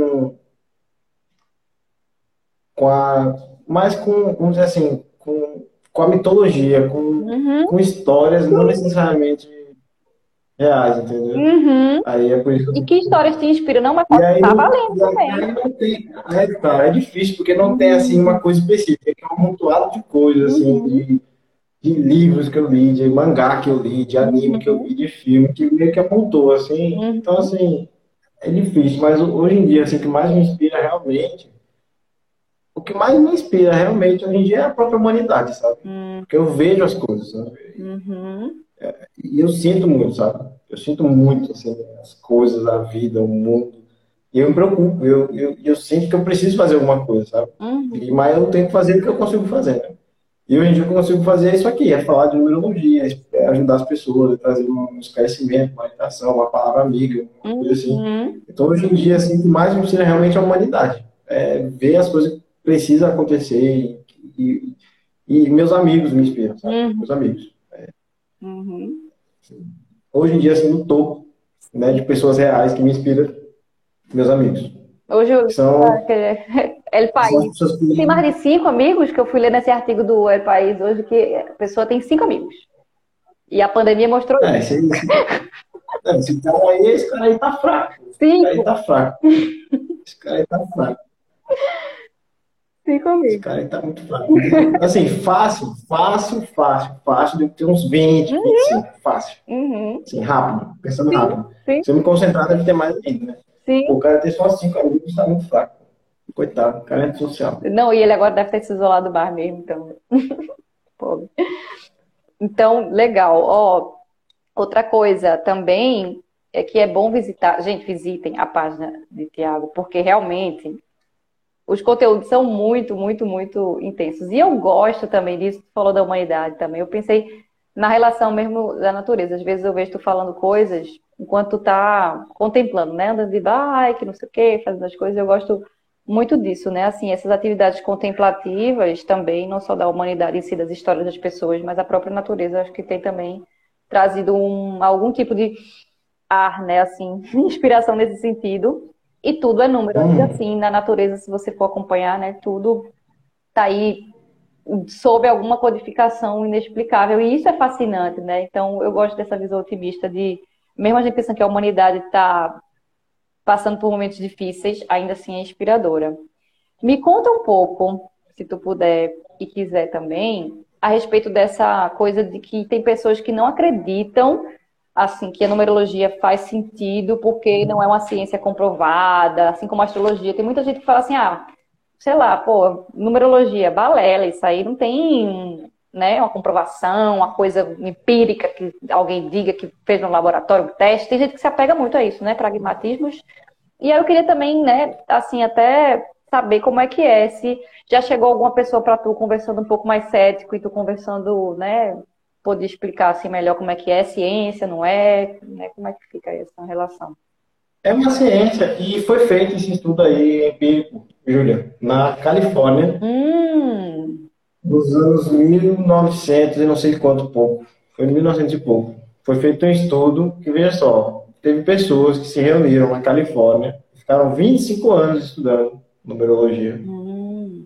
mais com, vamos dizer assim, com a mitologia, Uhum, com histórias não necessariamente reais, entendeu? uhum. Aí é por isso que eu E tenho. que histórias te inspiram? Não, mas E pode aí estar não, valendo e também. aí não tem, cara, é difícil, porque não tem, assim, Uhum, uma coisa específica, é um amontoado de coisas, assim, uhum, de livros que eu li, de mangá que eu li, de anime que eu uhum, vi, de filme, que meio que apontou, assim. Então, uhum, assim, é difícil, mas hoje em dia, assim, o que mais me inspira realmente, o que mais me inspira realmente hoje em dia é a própria humanidade, sabe? Porque eu vejo as coisas, sabe? uhum, E eu sinto muito, sabe? Eu sinto muito, assim, as coisas, a vida, o mundo. E eu me preocupo, eu sinto que eu preciso fazer alguma coisa, sabe? uhum, Mas eu tenho que fazer o que eu consigo fazer, né? E hoje em dia o que eu consigo fazer é isso aqui, é falar de numerologia, é ajudar as pessoas, é trazer um esclarecimento, uma meditação, uma palavra amiga, uma coisa assim. uhum, Então hoje em dia, assim, o que mais me ensina realmente é a humanidade. É ver as coisas que precisam acontecer e meus amigos me inspiram, sabe? uhum, Meus amigos. uhum. Hoje em dia, assim, no topo, né, de pessoas reais que me inspiram, meus amigos. Hoje Que eu. são, El que são as País. pessoas Tem mais que... de 5 amigos que eu fui ler nesse artigo do El País hoje, que a pessoa tem 5 amigos. E a pandemia mostrou isso. Esse cara aí, esse cara aí tá fraco. Esse cara aí 5. tá fraco. Esse cara aí tá fraco. 5 amigos. Esse cara aí tá muito fraco. Assim, fácil, fácil, fácil, fácil de ter uns 20, Uhum, 25, fácil. uhum. Assim, rápido, pensando Sim, rápido. sim, Se eu me concentrar, deve ter mais ainda, né? Pô, sim. o cara ter só 5 amigos tá muito fraco. Coitado, o cara é antissocial. Não, e ele agora deve ter se isolado do bar mesmo, então. Pobre. Então, legal. Ó, outra coisa também é que é bom visitar. Gente, visitem a página de Tiago, porque realmente Os conteúdos são muito, muito, muito intensos. E eu gosto também disso, tu falou da humanidade também. Eu pensei na relação mesmo da natureza. Às vezes eu vejo tu falando coisas enquanto tu tá contemplando, né? Andando de bike, não sei o quê, fazendo as coisas. Eu gosto muito disso, né? Assim, essas atividades contemplativas também, não só da humanidade em si, das histórias das pessoas, mas a própria natureza, acho que tem também trazido algum tipo de ar, né? Assim, inspiração nesse sentido. E tudo é número, ainda Hum. assim, na natureza, se você for acompanhar, né? Tudo tá aí sob alguma codificação inexplicável. E isso é fascinante, né? Então, eu gosto dessa visão otimista de, mesmo a gente pensando que a humanidade está passando por momentos difíceis, ainda assim é inspiradora. Me conta um pouco, se tu puder e quiser também, a respeito dessa coisa de que tem pessoas que não acreditam assim que a numerologia faz sentido porque não é uma ciência comprovada, assim como a astrologia. Tem muita gente que fala assim, ah, sei lá, pô, numerologia, balela, isso aí não tem, né, uma comprovação, uma coisa empírica que alguém diga que fez no laboratório um teste. Tem gente que se apega muito a isso, né, pragmatismos. E aí eu queria também, né, assim, até saber como é que é, se já chegou alguma pessoa para tu conversando um pouco mais cético e tu conversando, né, poder explicar assim melhor como é ciência, não é, né, como é que fica essa relação? É uma ciência e foi feito esse estudo aí empírico, Júlia, na Califórnia, Hum, nos anos 1900 e não sei quanto pouco. Foi em 1900 e pouco. Foi feito um estudo que, veja só, teve pessoas que se reuniram na Califórnia, ficaram 25 anos estudando numerologia. hum,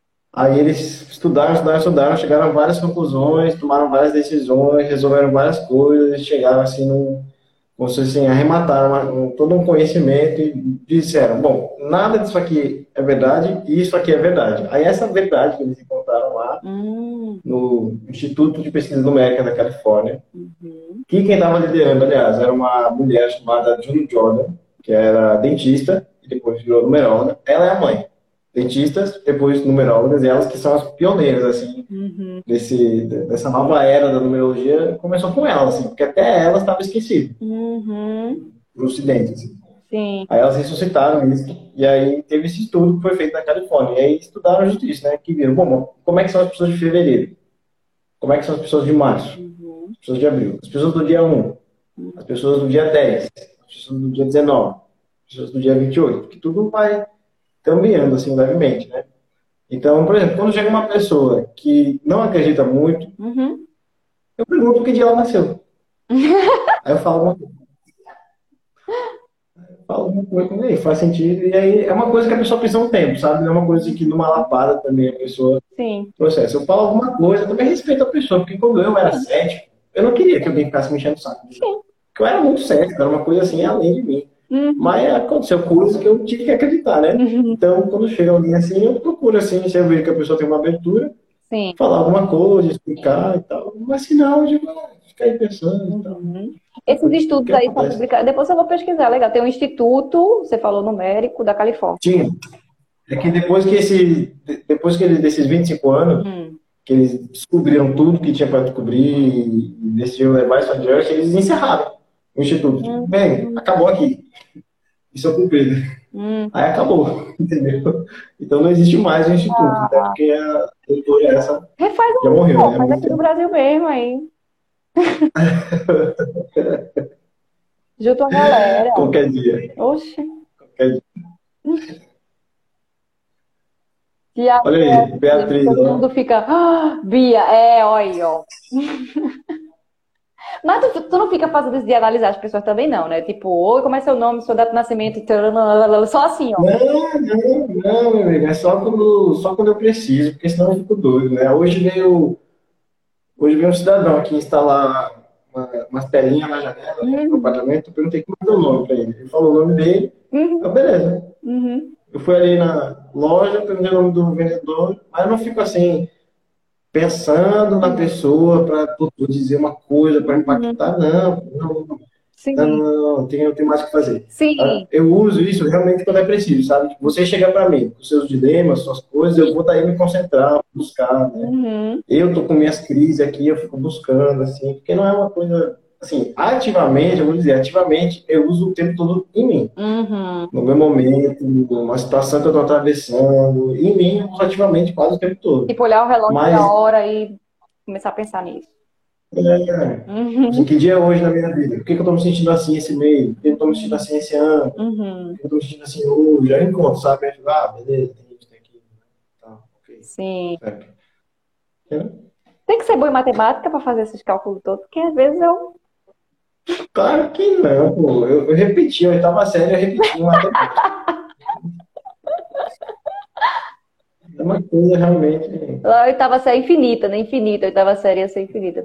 Aí eles estudaram, chegaram a várias conclusões, tomaram várias decisões, resolveram várias coisas, e chegaram assim como se assim, arremataram todo um conhecimento e disseram, bom, nada disso aqui é verdade e isso aqui é verdade. Aí essa verdade que eles encontraram lá hum, no Instituto de Pesquisa Numérica da Califórnia, uhum, que quem estava liderando, aliás, era uma mulher chamada June Jordan, que era dentista e depois virou numeróloga. Ela é a mãe. Dentistas, depois numerólogas, e elas que são as pioneiras, assim, uhum, dessa nova era da numerologia, começou com elas, assim, porque até elas estavam esquecidas uhum, no Ocidente, assim. sim, Aí elas ressuscitaram isso, e aí teve esse estudo que foi feito na Califórnia, e aí estudaram justo isso, né, que viram, bom, como é que são as pessoas de fevereiro? Como é que são as pessoas de março? uhum, As pessoas de abril? As pessoas do dia 1, as pessoas do dia 10, as pessoas do dia 19, as pessoas do dia 28, que tudo vai cambiando, assim, levemente, né? Então, por exemplo, quando chega uma pessoa que não acredita muito, uhum, eu pergunto que dia ela nasceu. Aí eu falo alguma coisa, e aí faz sentido, e aí é uma coisa que a pessoa precisa um tempo, sabe? Não é uma coisa que numa lapada também a pessoa sim, processa. Eu falo alguma coisa, eu também respeito a pessoa, porque quando eu era sim, cético, eu não queria que alguém ficasse me enchendo o saco. sim, Porque eu era muito cético, era uma coisa assim além de mim. uhum, Mas aconteceu coisas que eu tive que acreditar, né? uhum, Então, quando chega alguém assim, eu procuro assim, se eu vejo que a pessoa tem uma abertura, sim. falar alguma coisa, explicar e tal. Mas se não, eu digo, fica aí pensando e tal. Uhum. É Esses o que estudos aí são acontece. publicados. Depois eu vou pesquisar, legal. Tem um instituto, você falou numérico, da Califórnia. Tinha. É que depois que eles, desses 25 anos, Hum. que eles descobriram tudo que tinha para descobrir e decidiram levar isso adiante, eles encerraram o instituto. Tipo, Hum, bem, hum, acabou aqui. Isso é cumprido. hum. Aí acabou, entendeu? Então não existe mais o instituto, até Ah, porque a doutora essa refaz já aí, morreu, pô. né? Há Faz muito aqui no tempo. Brasil mesmo aí. Junto a galera. Qualquer dia. Oxe. Qualquer dia. E aí, Olha aí, Beatriz, todo ó. mundo fica, ah, Bia, olha aí, ó. Mas tu não fica fazendo isso de analisar as pessoas também, não, né? Tipo, oi, como é seu nome, sua data de nascimento, só assim, ó. Não, meu amigo, é só quando eu preciso, porque senão eu fico doido, né? Hoje veio um cidadão aqui instalar umas telinhas na janela do Uhum, apartamento, eu perguntei como é o nome para ele. Ele falou o nome dele, uhum, beleza. uhum, Eu fui ali na loja, perguntei o nome do vendedor, mas eu não fico assim, pensando na uhum, pessoa para dizer uma coisa para uhum. impactar. Não, não, não, Sim, não, não, tem mais o que fazer. sim. Eu uso isso realmente quando é preciso, sabe? Tipo, você chegar para mim com seus dilemas, suas coisas, eu vou daí me concentrar, buscar, né? Uhum. Eu tô com minhas crises aqui, eu fico buscando, assim, porque não é uma coisa assim, ativamente, eu vou dizer, ativamente, eu uso o tempo todo em mim. Uhum. No meu momento, numa situação que eu estou atravessando, em mim, eu uso ativamente quase o tempo todo. Tipo, olhar o relógio da Mas, hora e começar a pensar nisso. assim, Uhum. que dia é hoje na minha vida? Por que que eu estou me sentindo assim esse mês? Por que eu estou me sentindo assim esse ano? Por Uhum. que eu estou me sentindo assim hoje? Aí eu encontro, sabe? Aí eu fico, beleza, tem isso, tem aquilo. Tá, ok. Sim. Certo. É, Tem que ser boa em matemática para fazer esses cálculos todos, porque às vezes eu. claro que não, pô. Eu repeti, a oitava série, eu repeti em matemática. É uma coisa realmente. A oitava série é infinita, né? Infinita. A oitava série ia ser infinita.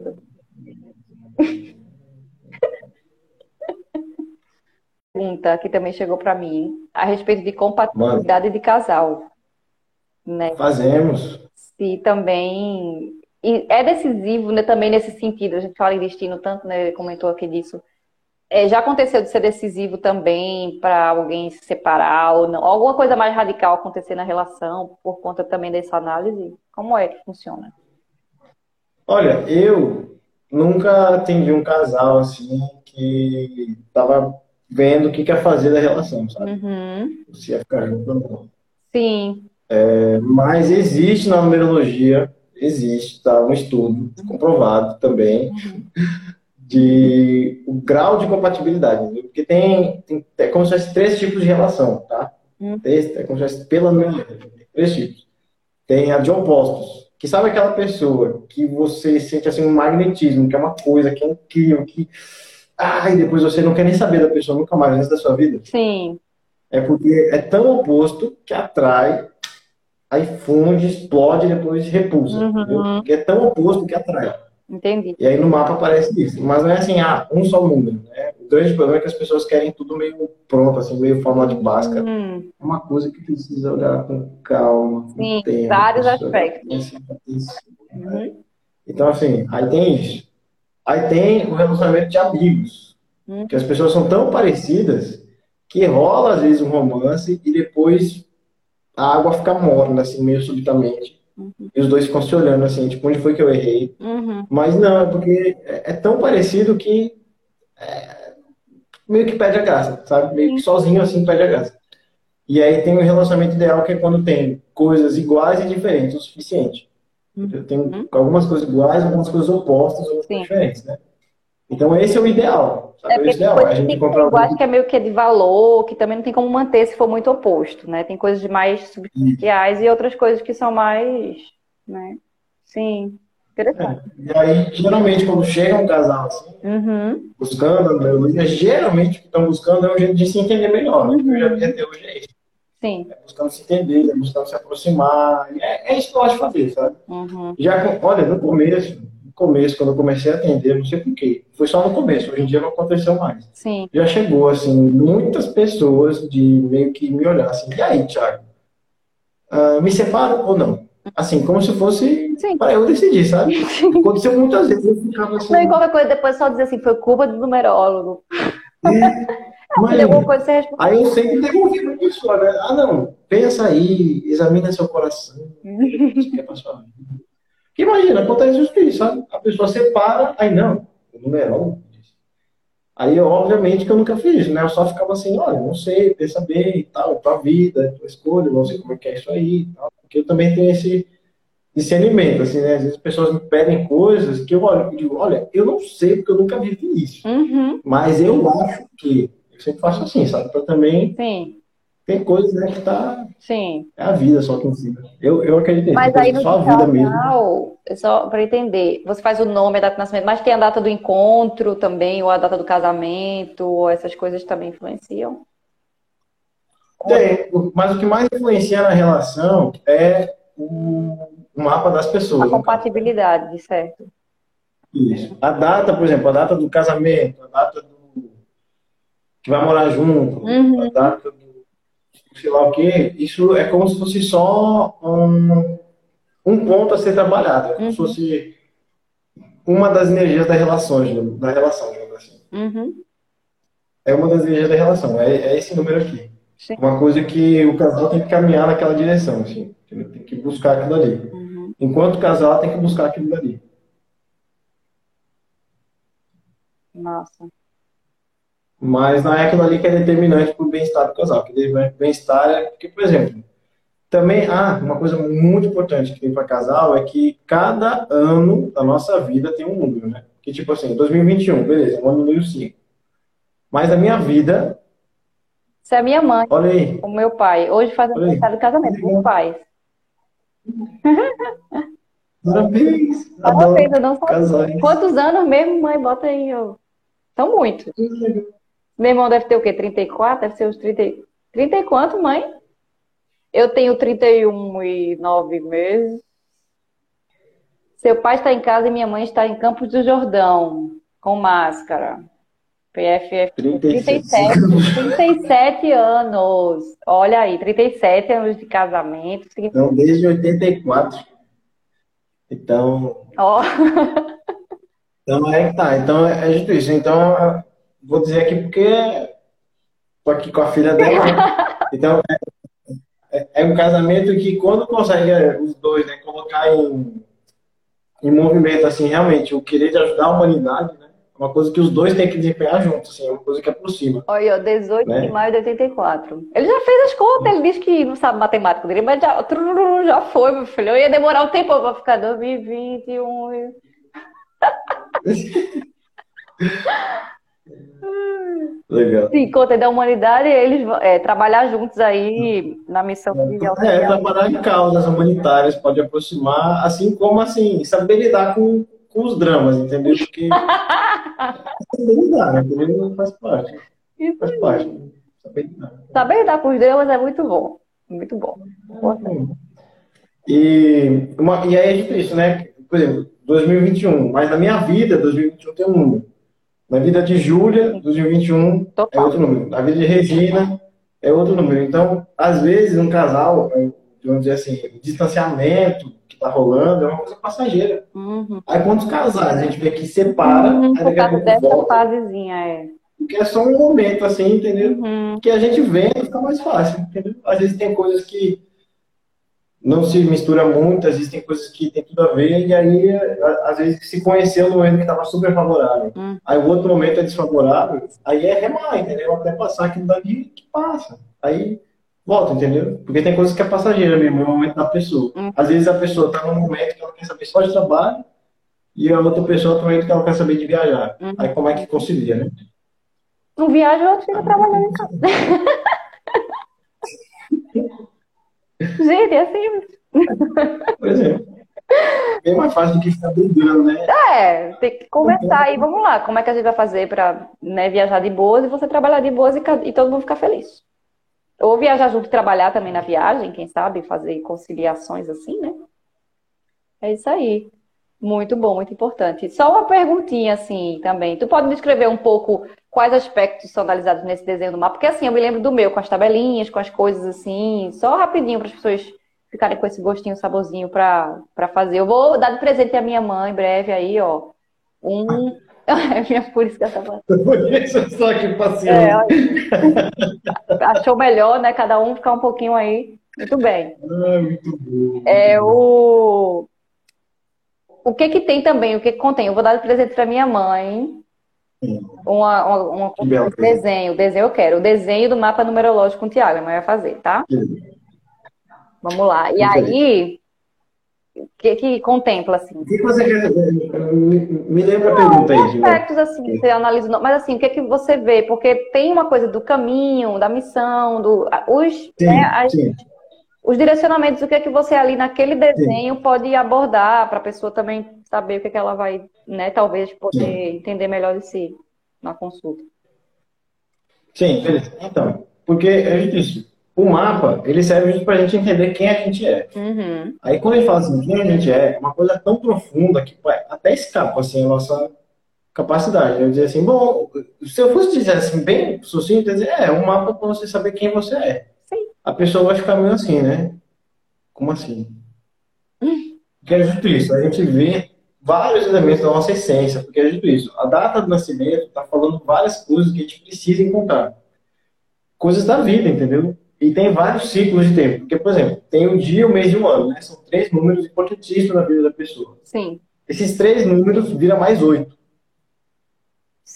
Pergunta que também chegou para mim a respeito de Mano, compatibilidade de casal, né? fazemos. Se também e é decisivo, né, também nesse sentido. A gente fala em destino tanto, né? Comentou aqui disso. Já aconteceu de ser decisivo também para alguém se separar ou não? Alguma coisa mais radical acontecer na relação por conta também dessa análise? Como é que funciona? Olha, eu nunca atendi um casal assim que tava vendo o que quer fazer da relação, sabe? Uhum. Se ia ficar junto ou não. Sim. Mas existe na numerologia, existe, tá? Um estudo comprovado também Uhum. de o grau de compatibilidade, entendeu? Porque é como se fosse três tipos de relação, tá? Uhum. É como se fosse pela numerologia, tem três tipos. Tem a de opostos, que sabe aquela pessoa que você sente assim um magnetismo, que é uma coisa que é incrível, que e depois você não quer nem saber da pessoa nunca mais no resto da sua vida. Sim. É porque é tão oposto que atrai, aí funde, explode e depois repulsa, entendeu? Uhum. Porque é tão oposto que atrai. Entendi. E aí no mapa aparece isso. Mas não é assim, um só número, né? O grande problema é que as pessoas querem tudo meio pronto, assim, meio forma de Bhaskara. Hum. É uma coisa que precisa olhar com calma, com Sim, tempo, vários precisa olhar aspectos. com atenção. Uhum. Então, assim, aí tem isso. Aí tem o relacionamento de amigos, que as Uhum. pessoas são tão parecidas que rola às vezes um romance e depois a água fica morna, assim, meio subitamente. Uhum. E os dois ficam se olhando, assim, tipo, onde foi que eu errei? Uhum. Mas não, é porque é tão parecido que meio que perde a graça, sabe? Meio que Sim. sozinho, assim, perde a graça. E aí tem o relacionamento ideal, que é quando tem coisas iguais e diferentes o suficiente. Eu tenho Uhum. algumas coisas iguais, algumas coisas opostas, algumas coisas Sim. diferentes, né? Então esse é o ideal, É sabe? porque Esse é tem o ideal. É a coisas que gente tem que ser encontrar iguais, alguém que é meio que é de valor, que também não tem como manter se for muito oposto, né? Tem coisas de mais que... substanciais e outras coisas que são mais, né? Sim. Interessante. E aí, geralmente, quando chega um casal assim, Uhum. buscando a numerologia, geralmente o que estão buscando é um jeito de se entender melhor. O que eu já vi Uhum. até hoje é isso. Sim. Buscando se entender, buscando se aproximar. É isso que eu gosto de fazer, sabe? Uhum. Olha, no começo, quando eu comecei a atender, não sei por quê, foi só no começo, hoje em dia não aconteceu mais. Sim. Já chegou, assim, muitas pessoas de meio que me olhar assim, e aí, Thiago, me separo ou não? Assim, como se fosse Sim. para eu decidir, sabe? Aconteceu muitas vezes, eu ficava Não, e assim, qualquer coisa depois só dizer assim, foi culpa do numerólogo. Se der alguma imagina. coisa, você responde. Aí eu sempre devolvi para a pessoa, né? Não, pensa aí, examina seu coração, vê o que você quer para sua vida. Porque imagina, acontece isso, sabe? A pessoa separa, aí não, o numerólogo. Aí, obviamente, que eu nunca fiz isso, né? Eu só ficava assim, olha, não sei, pensa bem e tal, tua vida, tua escolha, não sei como é que é isso aí e tal. Porque eu também tenho esse discernimento, assim, né? Às vezes as pessoas me pedem coisas que eu olho e digo, olha, eu não sei porque eu nunca vivi isso. Uhum. Mas eu acho que, eu sempre faço assim, sabe? Para também, Sim, tem coisas, né, que tá, sim. é a vida só que ensina. Eu acredito nisso, tem Mas coisas aí que no só de a vida mesmo. casal, é só para entender, você faz o nome, a data de nascimento, mas tem a data do encontro também, ou a data do casamento, ou essas coisas também influenciam? Ou não? Tem, mas o que mais influencia na relação é o mapa das A pessoas, no caso, né? compatibilidade, de certo. Isso. A data, por exemplo, a data do casamento, a data do que vai morar junto, a Uhum, data do sei lá o quê, isso é como se fosse só um ponto a ser trabalhado. É como se uhum, fosse uma das energias da relação, digamos assim. uhum. É uma das energias da relação, é esse número aqui. Sim. Uma coisa que o casal tem que caminhar naquela direção, assim. Tem que buscar aquilo ali. Uhum. Enquanto casal, tem que buscar aquilo ali. Nossa. Mas não é aquilo ali que é determinante para o bem-estar do casal. Que bem-estar é porque, por exemplo, também, uma coisa muito importante que tem para casal é que cada ano da nossa vida tem um número, né? Que tipo assim, 2021, beleza, é um ano número 5. Mas a minha vida, Isso é a minha mãe, olha aí, o meu pai. Hoje faz olha aí. aniversário de Que casamento, meus legal. pais. Parabéns, Parabéns, adoro eu não sabia. casais. Quantos anos mesmo, mãe? Bota aí. São muitos. Que legal. Meu irmão deve ter o quê? 34? Deve ser uns 30. 30 e quanto, mãe? Eu tenho 31 e 9 meses. Seu pai está em casa e minha mãe está em Campos do Jordão, com máscara. PFF 37. 37. 37 anos. Olha aí, 37 anos de casamento. Então, desde 84. Então, Ó, então é que tá. Então é justo isso. Então, vou dizer aqui porque tô aqui com a filha dela, né? Então, é um casamento que quando consegue os dois, né, colocar em movimento, assim, realmente, o querer de ajudar a humanidade, né? É uma coisa que os dois têm que desempenhar juntos, assim, é uma coisa que aproxima, olha, ó, 18 de né? maio de 84. Ele já fez as contas, ele diz que não sabe matemática dele, mas já, já foi, meu filho. Eu ia demorar um tempo para ficar 2021. Legal. Sim, conta da humanidade, eles trabalhar juntos aí na missão de auxiliar. Trabalhar em causas humanitárias pode aproximar, assim como, assim, saber lidar com os dramas, entendeu? Porque saber lidar, né? Entendeu? Isso Faz parte, aí. né? Saber lidar. Saber dar com os deus é muito bom. Muito bom. Importante. E aí é difícil, né? Por exemplo, 2021, mas na minha vida, 2021 tem um número. Na vida de Júlia, 2021 é Total. outro número. Na vida de Regina é outro número. Então, às vezes, um casal, vamos dizer assim, o distanciamento que está rolando é uma coisa passageira. Uhum. Aí, quantos casais a gente vê que separa, aí Por daqui a causa pouco dessa volta, fasezinha, é. porque é só um momento, assim, entendeu? Uhum. Que a gente vê e fica mais fácil, entendeu? Às vezes tem coisas que não se mistura muito, às vezes tem coisas que tem tudo a ver, e aí, às vezes, se conheceu no momento que estava super favorável. Uhum. Aí o outro momento é desfavorável, aí é remar, entendeu? Até passar aquilo dali que passa. Aí volta, entendeu? Porque tem coisas que é passageira mesmo, é o momento da pessoa. Uhum. Às vezes a pessoa está num momento que ela quer saber só de trabalho, e a outra pessoa está num momento que ela quer saber de viajar. Aí como é que Uhum. concilia, né? Um viaja, o outro fica trabalhando em casa. Gente, é assim. Pois é. Bem mais fácil do que ficar brigando, né? Tem que conversar aí. Vamos lá. Como é que a gente vai fazer para, né, viajar de boas e você trabalhar de boas e todo mundo ficar feliz? Ou viajar junto e trabalhar também na viagem, quem sabe, fazer conciliações assim, né? É isso aí. Muito bom, muito importante. Só uma perguntinha assim também. Tu pode descrever um pouco quais aspectos são analisados nesse desenho do mapa? Porque assim, eu me lembro do meu, com as tabelinhas, com as coisas assim, só rapidinho para as pessoas ficarem com esse gostinho, saborzinho para fazer. Eu vou dar de presente à minha mãe em breve aí, ó. É minha por isso que essa Por isso eu estou aqui é, passeando. achou melhor, né? Cada um ficar um pouquinho aí. Muito bem. Muito bom, muito É bom. o que que tem também, o que que contém? Eu vou dar de presente para minha mãe. Que belo presente. Desenho eu quero. O desenho do mapa numerológico com o Tiago, a mãe vai fazer, tá? Vamos lá. E Perfeito. aí, o que que contempla, assim? O que você quer? Me lembra a pergunta aí, de novo. Aspectos, assim, que você analisa. Mas, assim, o que que você vê? Porque tem uma coisa do caminho, da missão, Sim, sim, os direcionamentos, o que é que você ali naquele sim, desenho pode abordar para a pessoa também saber o que é que ela vai, né, talvez sim. poder entender melhor de si na consulta. Sim, beleza. Então, porque é justo isso. O mapa, ele serve justo para a gente entender quem a gente é. Uhum. Aí, quando ele fala assim, quem a gente é uma coisa tão profunda que pô, até escapa, assim, a nossa capacidade. Eu dizer assim, bom, se eu fosse dizer assim, bem sucinto, eu dizer, um mapa para você saber quem você é. Sim. A pessoa vai ficar meio assim, né? Como assim? Porque é justo isso, a gente vê vários elementos da nossa essência, porque é justo isso. A data do nascimento está falando várias coisas que a gente precisa encontrar. Coisas da vida, entendeu? E tem vários ciclos de tempo. Porque, por exemplo, tem um dia, o mês e um ano, né? São três números importantíssimos na vida da pessoa. Sim. Esses três números viram mais 8.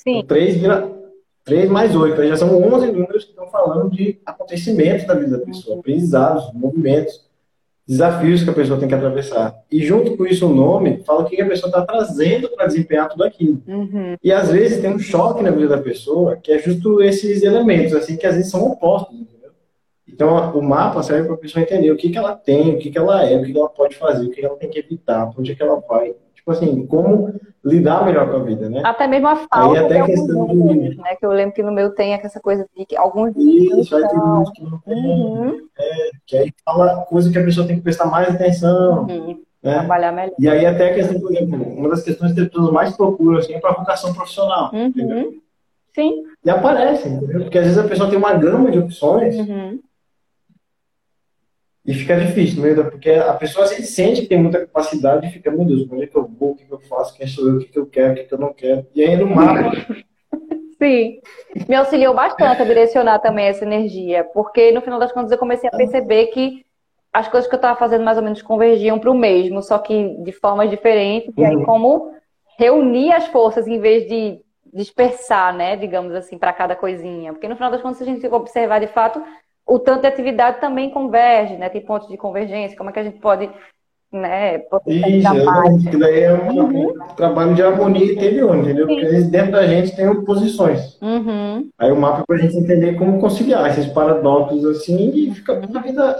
Sim. 3 vira 3 mais 8. Aí já são 11 números que estão falando de acontecimentos da vida da pessoa, aprendizados, movimentos, desafios que a pessoa tem que atravessar. E junto com isso o nome fala o que a pessoa está trazendo para desempenhar tudo aquilo. Uhum. E às vezes tem um choque na vida da pessoa, que é justo esses elementos, assim, que às vezes são opostos, entendeu? Então o mapa serve para a pessoa entender o que que ela tem, o que que ela é, o que que ela pode fazer, o que que ela tem que evitar, para onde é que ela vai. Tipo assim, como lidar melhor com a vida, né? Até mesmo a Aí falta de até alguns questão números, de né? Que eu lembro que no meu tem essa coisa de que alguns números não isso, aí tem estão. muitos que não tem, Uhum. que aí fala coisa que a pessoa tem que prestar mais atenção, Uhum. né? Trabalhar melhor. E aí até a questão, por exemplo, uma das questões que as pessoas mais procuram assim, é para a vocação profissional, entendeu? Uhum. Sim. E aparece, entendeu? Porque às vezes a pessoa tem uma gama de opções Uhum. e fica difícil, no meio porque a pessoa às vezes sente que tem muita capacidade e fica, meu Deus, onde é que eu vou, o que que eu faço, quem sou eu, o que que eu quero, o que que eu não quero. E aí no mapa, Sim. Me auxiliou bastante a direcionar também essa energia, porque no final das contas eu comecei a perceber que as coisas que eu estava fazendo mais ou menos convergiam para o mesmo, só que de formas diferentes, e aí como reunir as forças em vez de dispersar, né, digamos assim, para cada coisinha. Porque no final das contas, se a gente observar de fato, o tanto de atividade também converge, né? Tem pontos de convergência, como é que a gente pode, né, isso, potencializar mais. exatamente, que daí é Uhum. um trabalho de harmonia interior, entendeu? Porque às Sim. vezes dentro da gente tem oposições. Uhum. Aí o mapa é para a gente entender como conciliar esses paradoxos assim e fica a vida.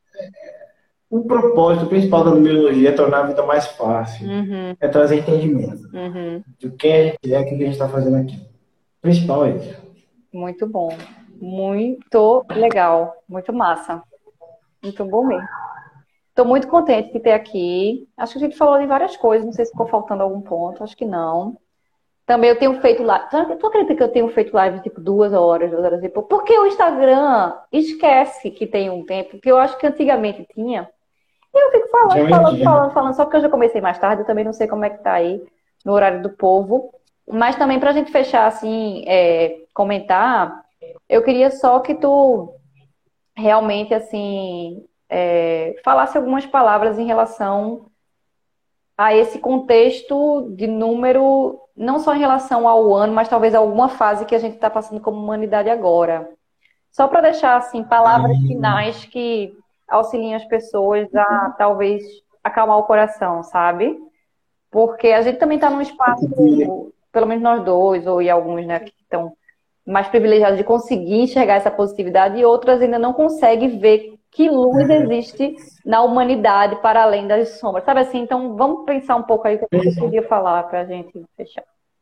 O propósito principal da numerologia é tornar a vida mais fácil, Uhum. é trazer entendimento Uhum. de quem a gente é, o que a gente está fazendo aqui. O principal é isso. Muito bom. Muito legal. Muito massa. Muito bom mesmo. Estou muito contente de ter aqui. Acho que a gente falou de várias coisas. Não sei se ficou faltando algum ponto. Acho que não. Também eu tenho feito live. Tu acredita que eu tenho feito live tipo 2 horas, 2 horas e pouco? Porque o Instagram esquece que tem um tempo, porque eu acho que antigamente tinha. E eu fico falando, Realmente, falando, falando, falando, só porque eu já comecei mais tarde, eu também não sei como é que tá aí no horário do povo. Mas também pra gente fechar assim, comentar, eu queria só que tu realmente assim falasse algumas palavras em relação a esse contexto de número, não só em relação ao ano, mas talvez a alguma fase que a gente está passando como humanidade agora. Só para deixar assim palavras finais que auxiliem as pessoas a talvez acalmar o coração, sabe? Porque a gente também está num espaço, pelo menos nós dois, ou e alguns, né, que estão mais privilegiados de conseguir enxergar essa positividade e outras ainda não conseguem ver que luz existe na humanidade para além das sombras. Sabe assim? Então vamos pensar um pouco aí o que você podia falar para a gente fechar.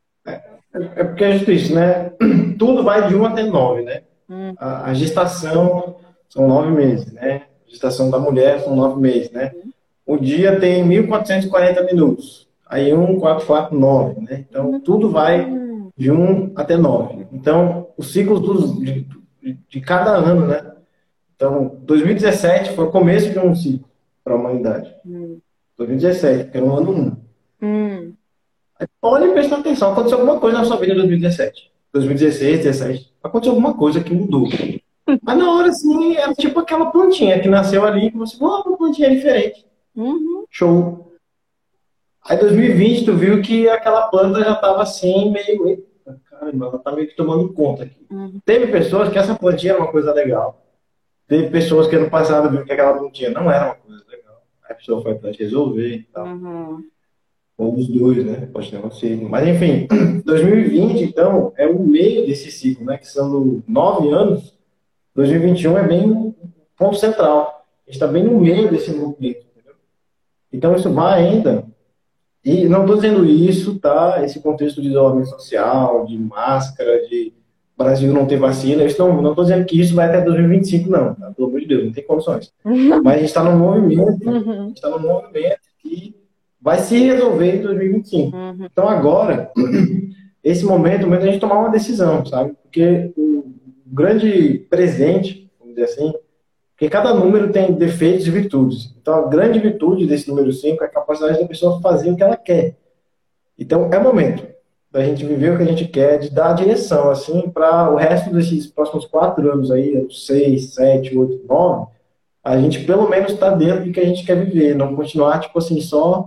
é porque é justo isso, né? Tudo vai de 1 até 9, né? A gestação são 9 meses, né? A gestação da mulher são 9 meses, né? O dia tem 1440 minutos. Aí 1, 4, 4, 9, né? Então, tudo vai de 1 até 9. Então, os ciclos de cada ano, né? Então, 2017 foi o começo de um ciclo para a humanidade. 2017, que era um ano 1. Hum, Aí, pode prestar atenção, aconteceu alguma coisa na sua vida em 2017. 2016, 17. Aconteceu alguma coisa que mudou. Mas na hora, assim, era tipo aquela plantinha que nasceu ali, que você, uma plantinha diferente. uhum, Show. Aí 2020 tu viu que aquela planta já estava assim, meio. Eita, caramba, ela tá meio que tomando conta aqui. uhum, Teve pessoas que essa plantinha era uma coisa legal. Teve pessoas que ano passado viu que aquela plantinha não era uma coisa legal. Aí a pessoa foi atrás de resolver e tal. uhum, Ou os dois, né? Pode ter acontecido. Mas enfim, 2020, então, é o meio desse ciclo, né? Que são 9 anos. 2021 é bem um ponto central. A gente está bem no meio desse movimento, entendeu? Então isso vai ainda. E não estou dizendo isso, tá? Esse contexto de isolamento social, de máscara, de Brasil não ter vacina, isso não estou dizendo que isso vai até 2025, não, tá? Pelo amor de Deus, não tem condições. Mas a gente está num movimento, uhum, que vai se resolver em 2025. uhum, Então agora, esse momento é o momento da gente tomar uma decisão, sabe? Porque o grande presente, vamos dizer assim, porque cada número tem defeitos e virtudes. Então, a grande virtude desse número 5 é a capacidade da pessoa fazer o que ela quer. Então, é o momento da gente viver o que a gente quer, de dar a direção, assim, para o resto desses próximos 4 anos aí, 6, 7, 8, 9, a gente pelo menos está dentro do que a gente quer viver, não continuar, tipo assim, só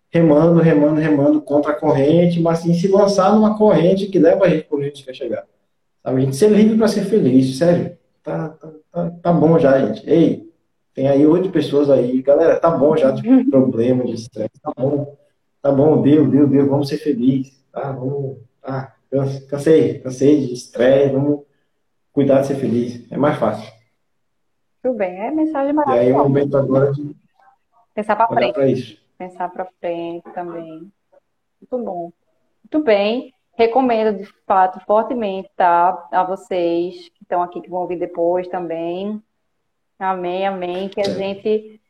remando, remando, remando contra a corrente, mas assim, se lançar numa corrente que leva a gente para onde a gente quer chegar. Sabe? A gente ser livre para ser feliz, sério. Tá bom já, gente. Ei, tem aí 8 pessoas aí. Galera, tá bom já de problema, de estresse. Tá bom, deu, vamos ser felizes. Tá, vamos. Ah, cansei de estresse, vamos cuidar de ser feliz. É mais fácil. Tudo bem, é mensagem E aí é o maravilhosa. momento agora de Pensar para olhar frente, para isso. pensar para frente também. Muito bom. Muito bem. Recomendo, de fato, fortemente, tá? A vocês que estão aqui, que vão ouvir depois também. Amém, amém. Que a Certo. gente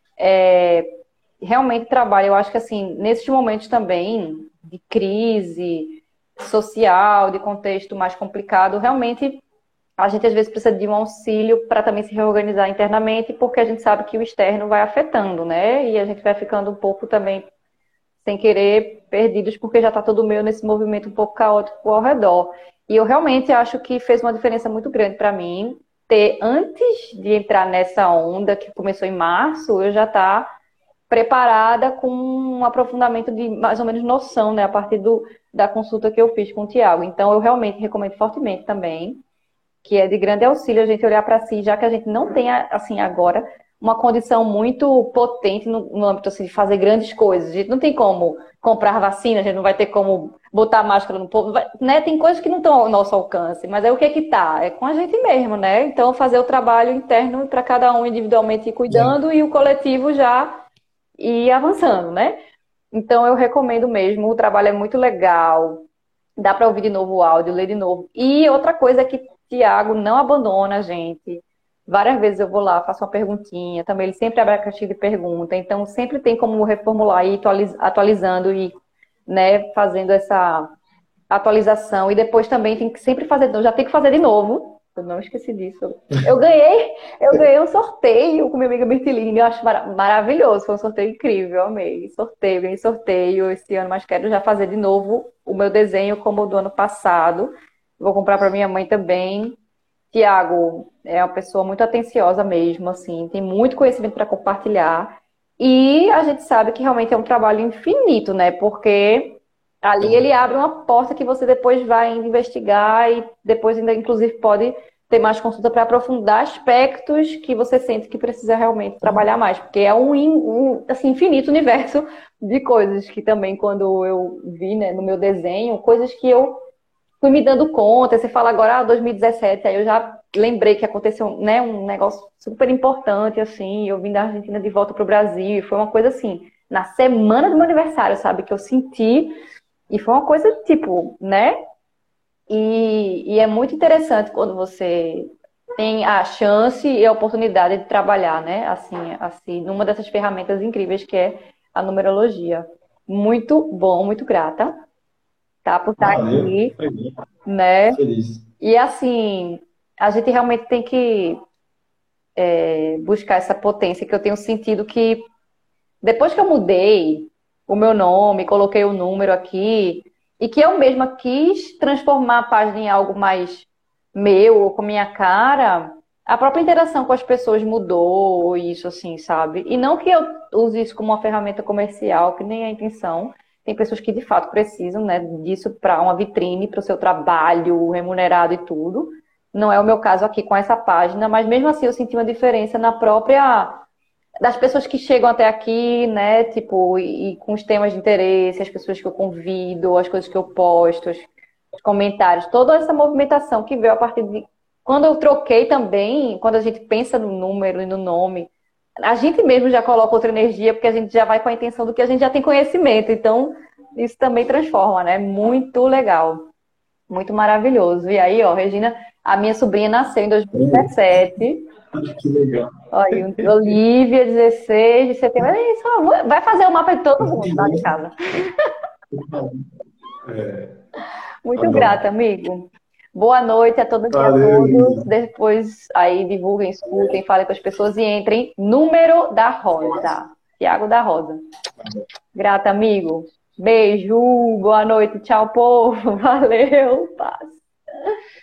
realmente trabalha. Eu acho que, assim, nesses momentos também de crise social, de contexto mais complicado, realmente a gente às vezes precisa de um auxílio para também se reorganizar internamente, porque a gente sabe que o externo vai afetando, né? E a gente vai ficando um pouco também sem querer, perdidos, porque já está todo meio nesse movimento um pouco caótico ao redor. E eu realmente acho que fez uma diferença muito grande para mim ter, antes de entrar nessa onda que começou em março, eu já estar preparada com um aprofundamento de mais ou menos noção, né, a partir da consulta que eu fiz com o Tiago. Então, eu realmente recomendo fortemente também, que é de grande auxílio a gente olhar para si, já que a gente não tem, assim, agora, uma condição muito potente no âmbito assim, de fazer grandes coisas. A gente não tem como comprar vacina, a gente não vai ter como botar máscara no povo, né? Tem coisas que não estão ao nosso alcance, mas é o que é que tá? É com a gente mesmo, né? Então, fazer o trabalho interno para cada um individualmente ir cuidando e o coletivo já ir avançando, né? Então, eu recomendo mesmo, o trabalho é muito legal, dá para ouvir de novo o áudio, ler de novo. E outra coisa é que Tiago não abandona a gente. Várias vezes eu vou lá, faço uma perguntinha, também ele sempre abre a caixinha de pergunta, então sempre tem como reformular e ir atualizando e, né, fazendo essa atualização. E depois também tem que sempre fazer, eu já tenho que fazer de novo. Eu não esqueci disso. Eu ganhei, eu ganhei um sorteio com minha amiga Bertiline, eu acho maravilhoso, foi um sorteio incrível, eu amei. Sorteio, ganhei sorteio esse ano, mas quero já fazer de novo o meu desenho como o do ano passado. Vou comprar para minha mãe também. Tiago é uma pessoa muito atenciosa mesmo, assim, tem muito conhecimento para compartilhar. E a gente sabe que realmente é um trabalho infinito, né? Porque ali ele abre uma porta que você depois vai investigar e depois ainda, inclusive, pode ter mais consulta para aprofundar aspectos que você sente que precisa realmente trabalhar mais, porque é assim, infinito universo de coisas que também, quando eu vi, né, no meu desenho, coisas que eu fui me dando conta. Você fala agora, 2017, aí eu já lembrei que aconteceu, né, um negócio super importante, assim, eu vim da Argentina de volta para o Brasil, e foi uma coisa assim, na semana do meu aniversário, sabe, que eu senti, e foi uma coisa tipo, né, e é muito interessante quando você tem a chance e a oportunidade de trabalhar, né, assim, numa dessas ferramentas incríveis que é a numerologia. Muito bom, muito grata, tá, por estar Valeu. aqui, Foi bem. né? Feliz. E assim, a gente realmente tem que buscar essa potência que eu tenho sentido que depois que eu mudei o meu nome, coloquei o número aqui, e que eu mesma quis transformar a página em algo mais meu, ou com minha cara, a própria interação com as pessoas mudou, isso assim, sabe? E não que eu use isso como uma ferramenta comercial, que nem é a intenção. Tem pessoas que de fato precisam, né, disso para uma vitrine, para o seu trabalho remunerado e tudo. Não é o meu caso aqui com essa página, mas mesmo assim eu senti uma diferença na própria das pessoas que chegam até aqui, né? Tipo, e com os temas de interesse, as pessoas que eu convido, as coisas que eu posto, os comentários, toda essa movimentação que veio a partir de. Quando eu troquei também, quando a gente pensa no número e no nome, a gente mesmo já coloca outra energia, porque a gente já vai com a intenção do que a gente já tem conhecimento. Então, isso também transforma, né? Muito legal. Muito maravilhoso. E aí, ó, Regina, a minha sobrinha nasceu em 2017. Que legal. Olha, Olivia, 16 de setembro. É isso, ó, vai fazer o mapa de todo mundo lá de casa. É, Muito grata, adoro. amigo. Boa noite a todas e a Valeu, todos. Lívia. Depois aí divulguem, escutem, falem com as pessoas e entrem. Número da Rosa. Tiago da Rosa. Grata, amigo. Beijo, boa noite, tchau, povo. Valeu, paz.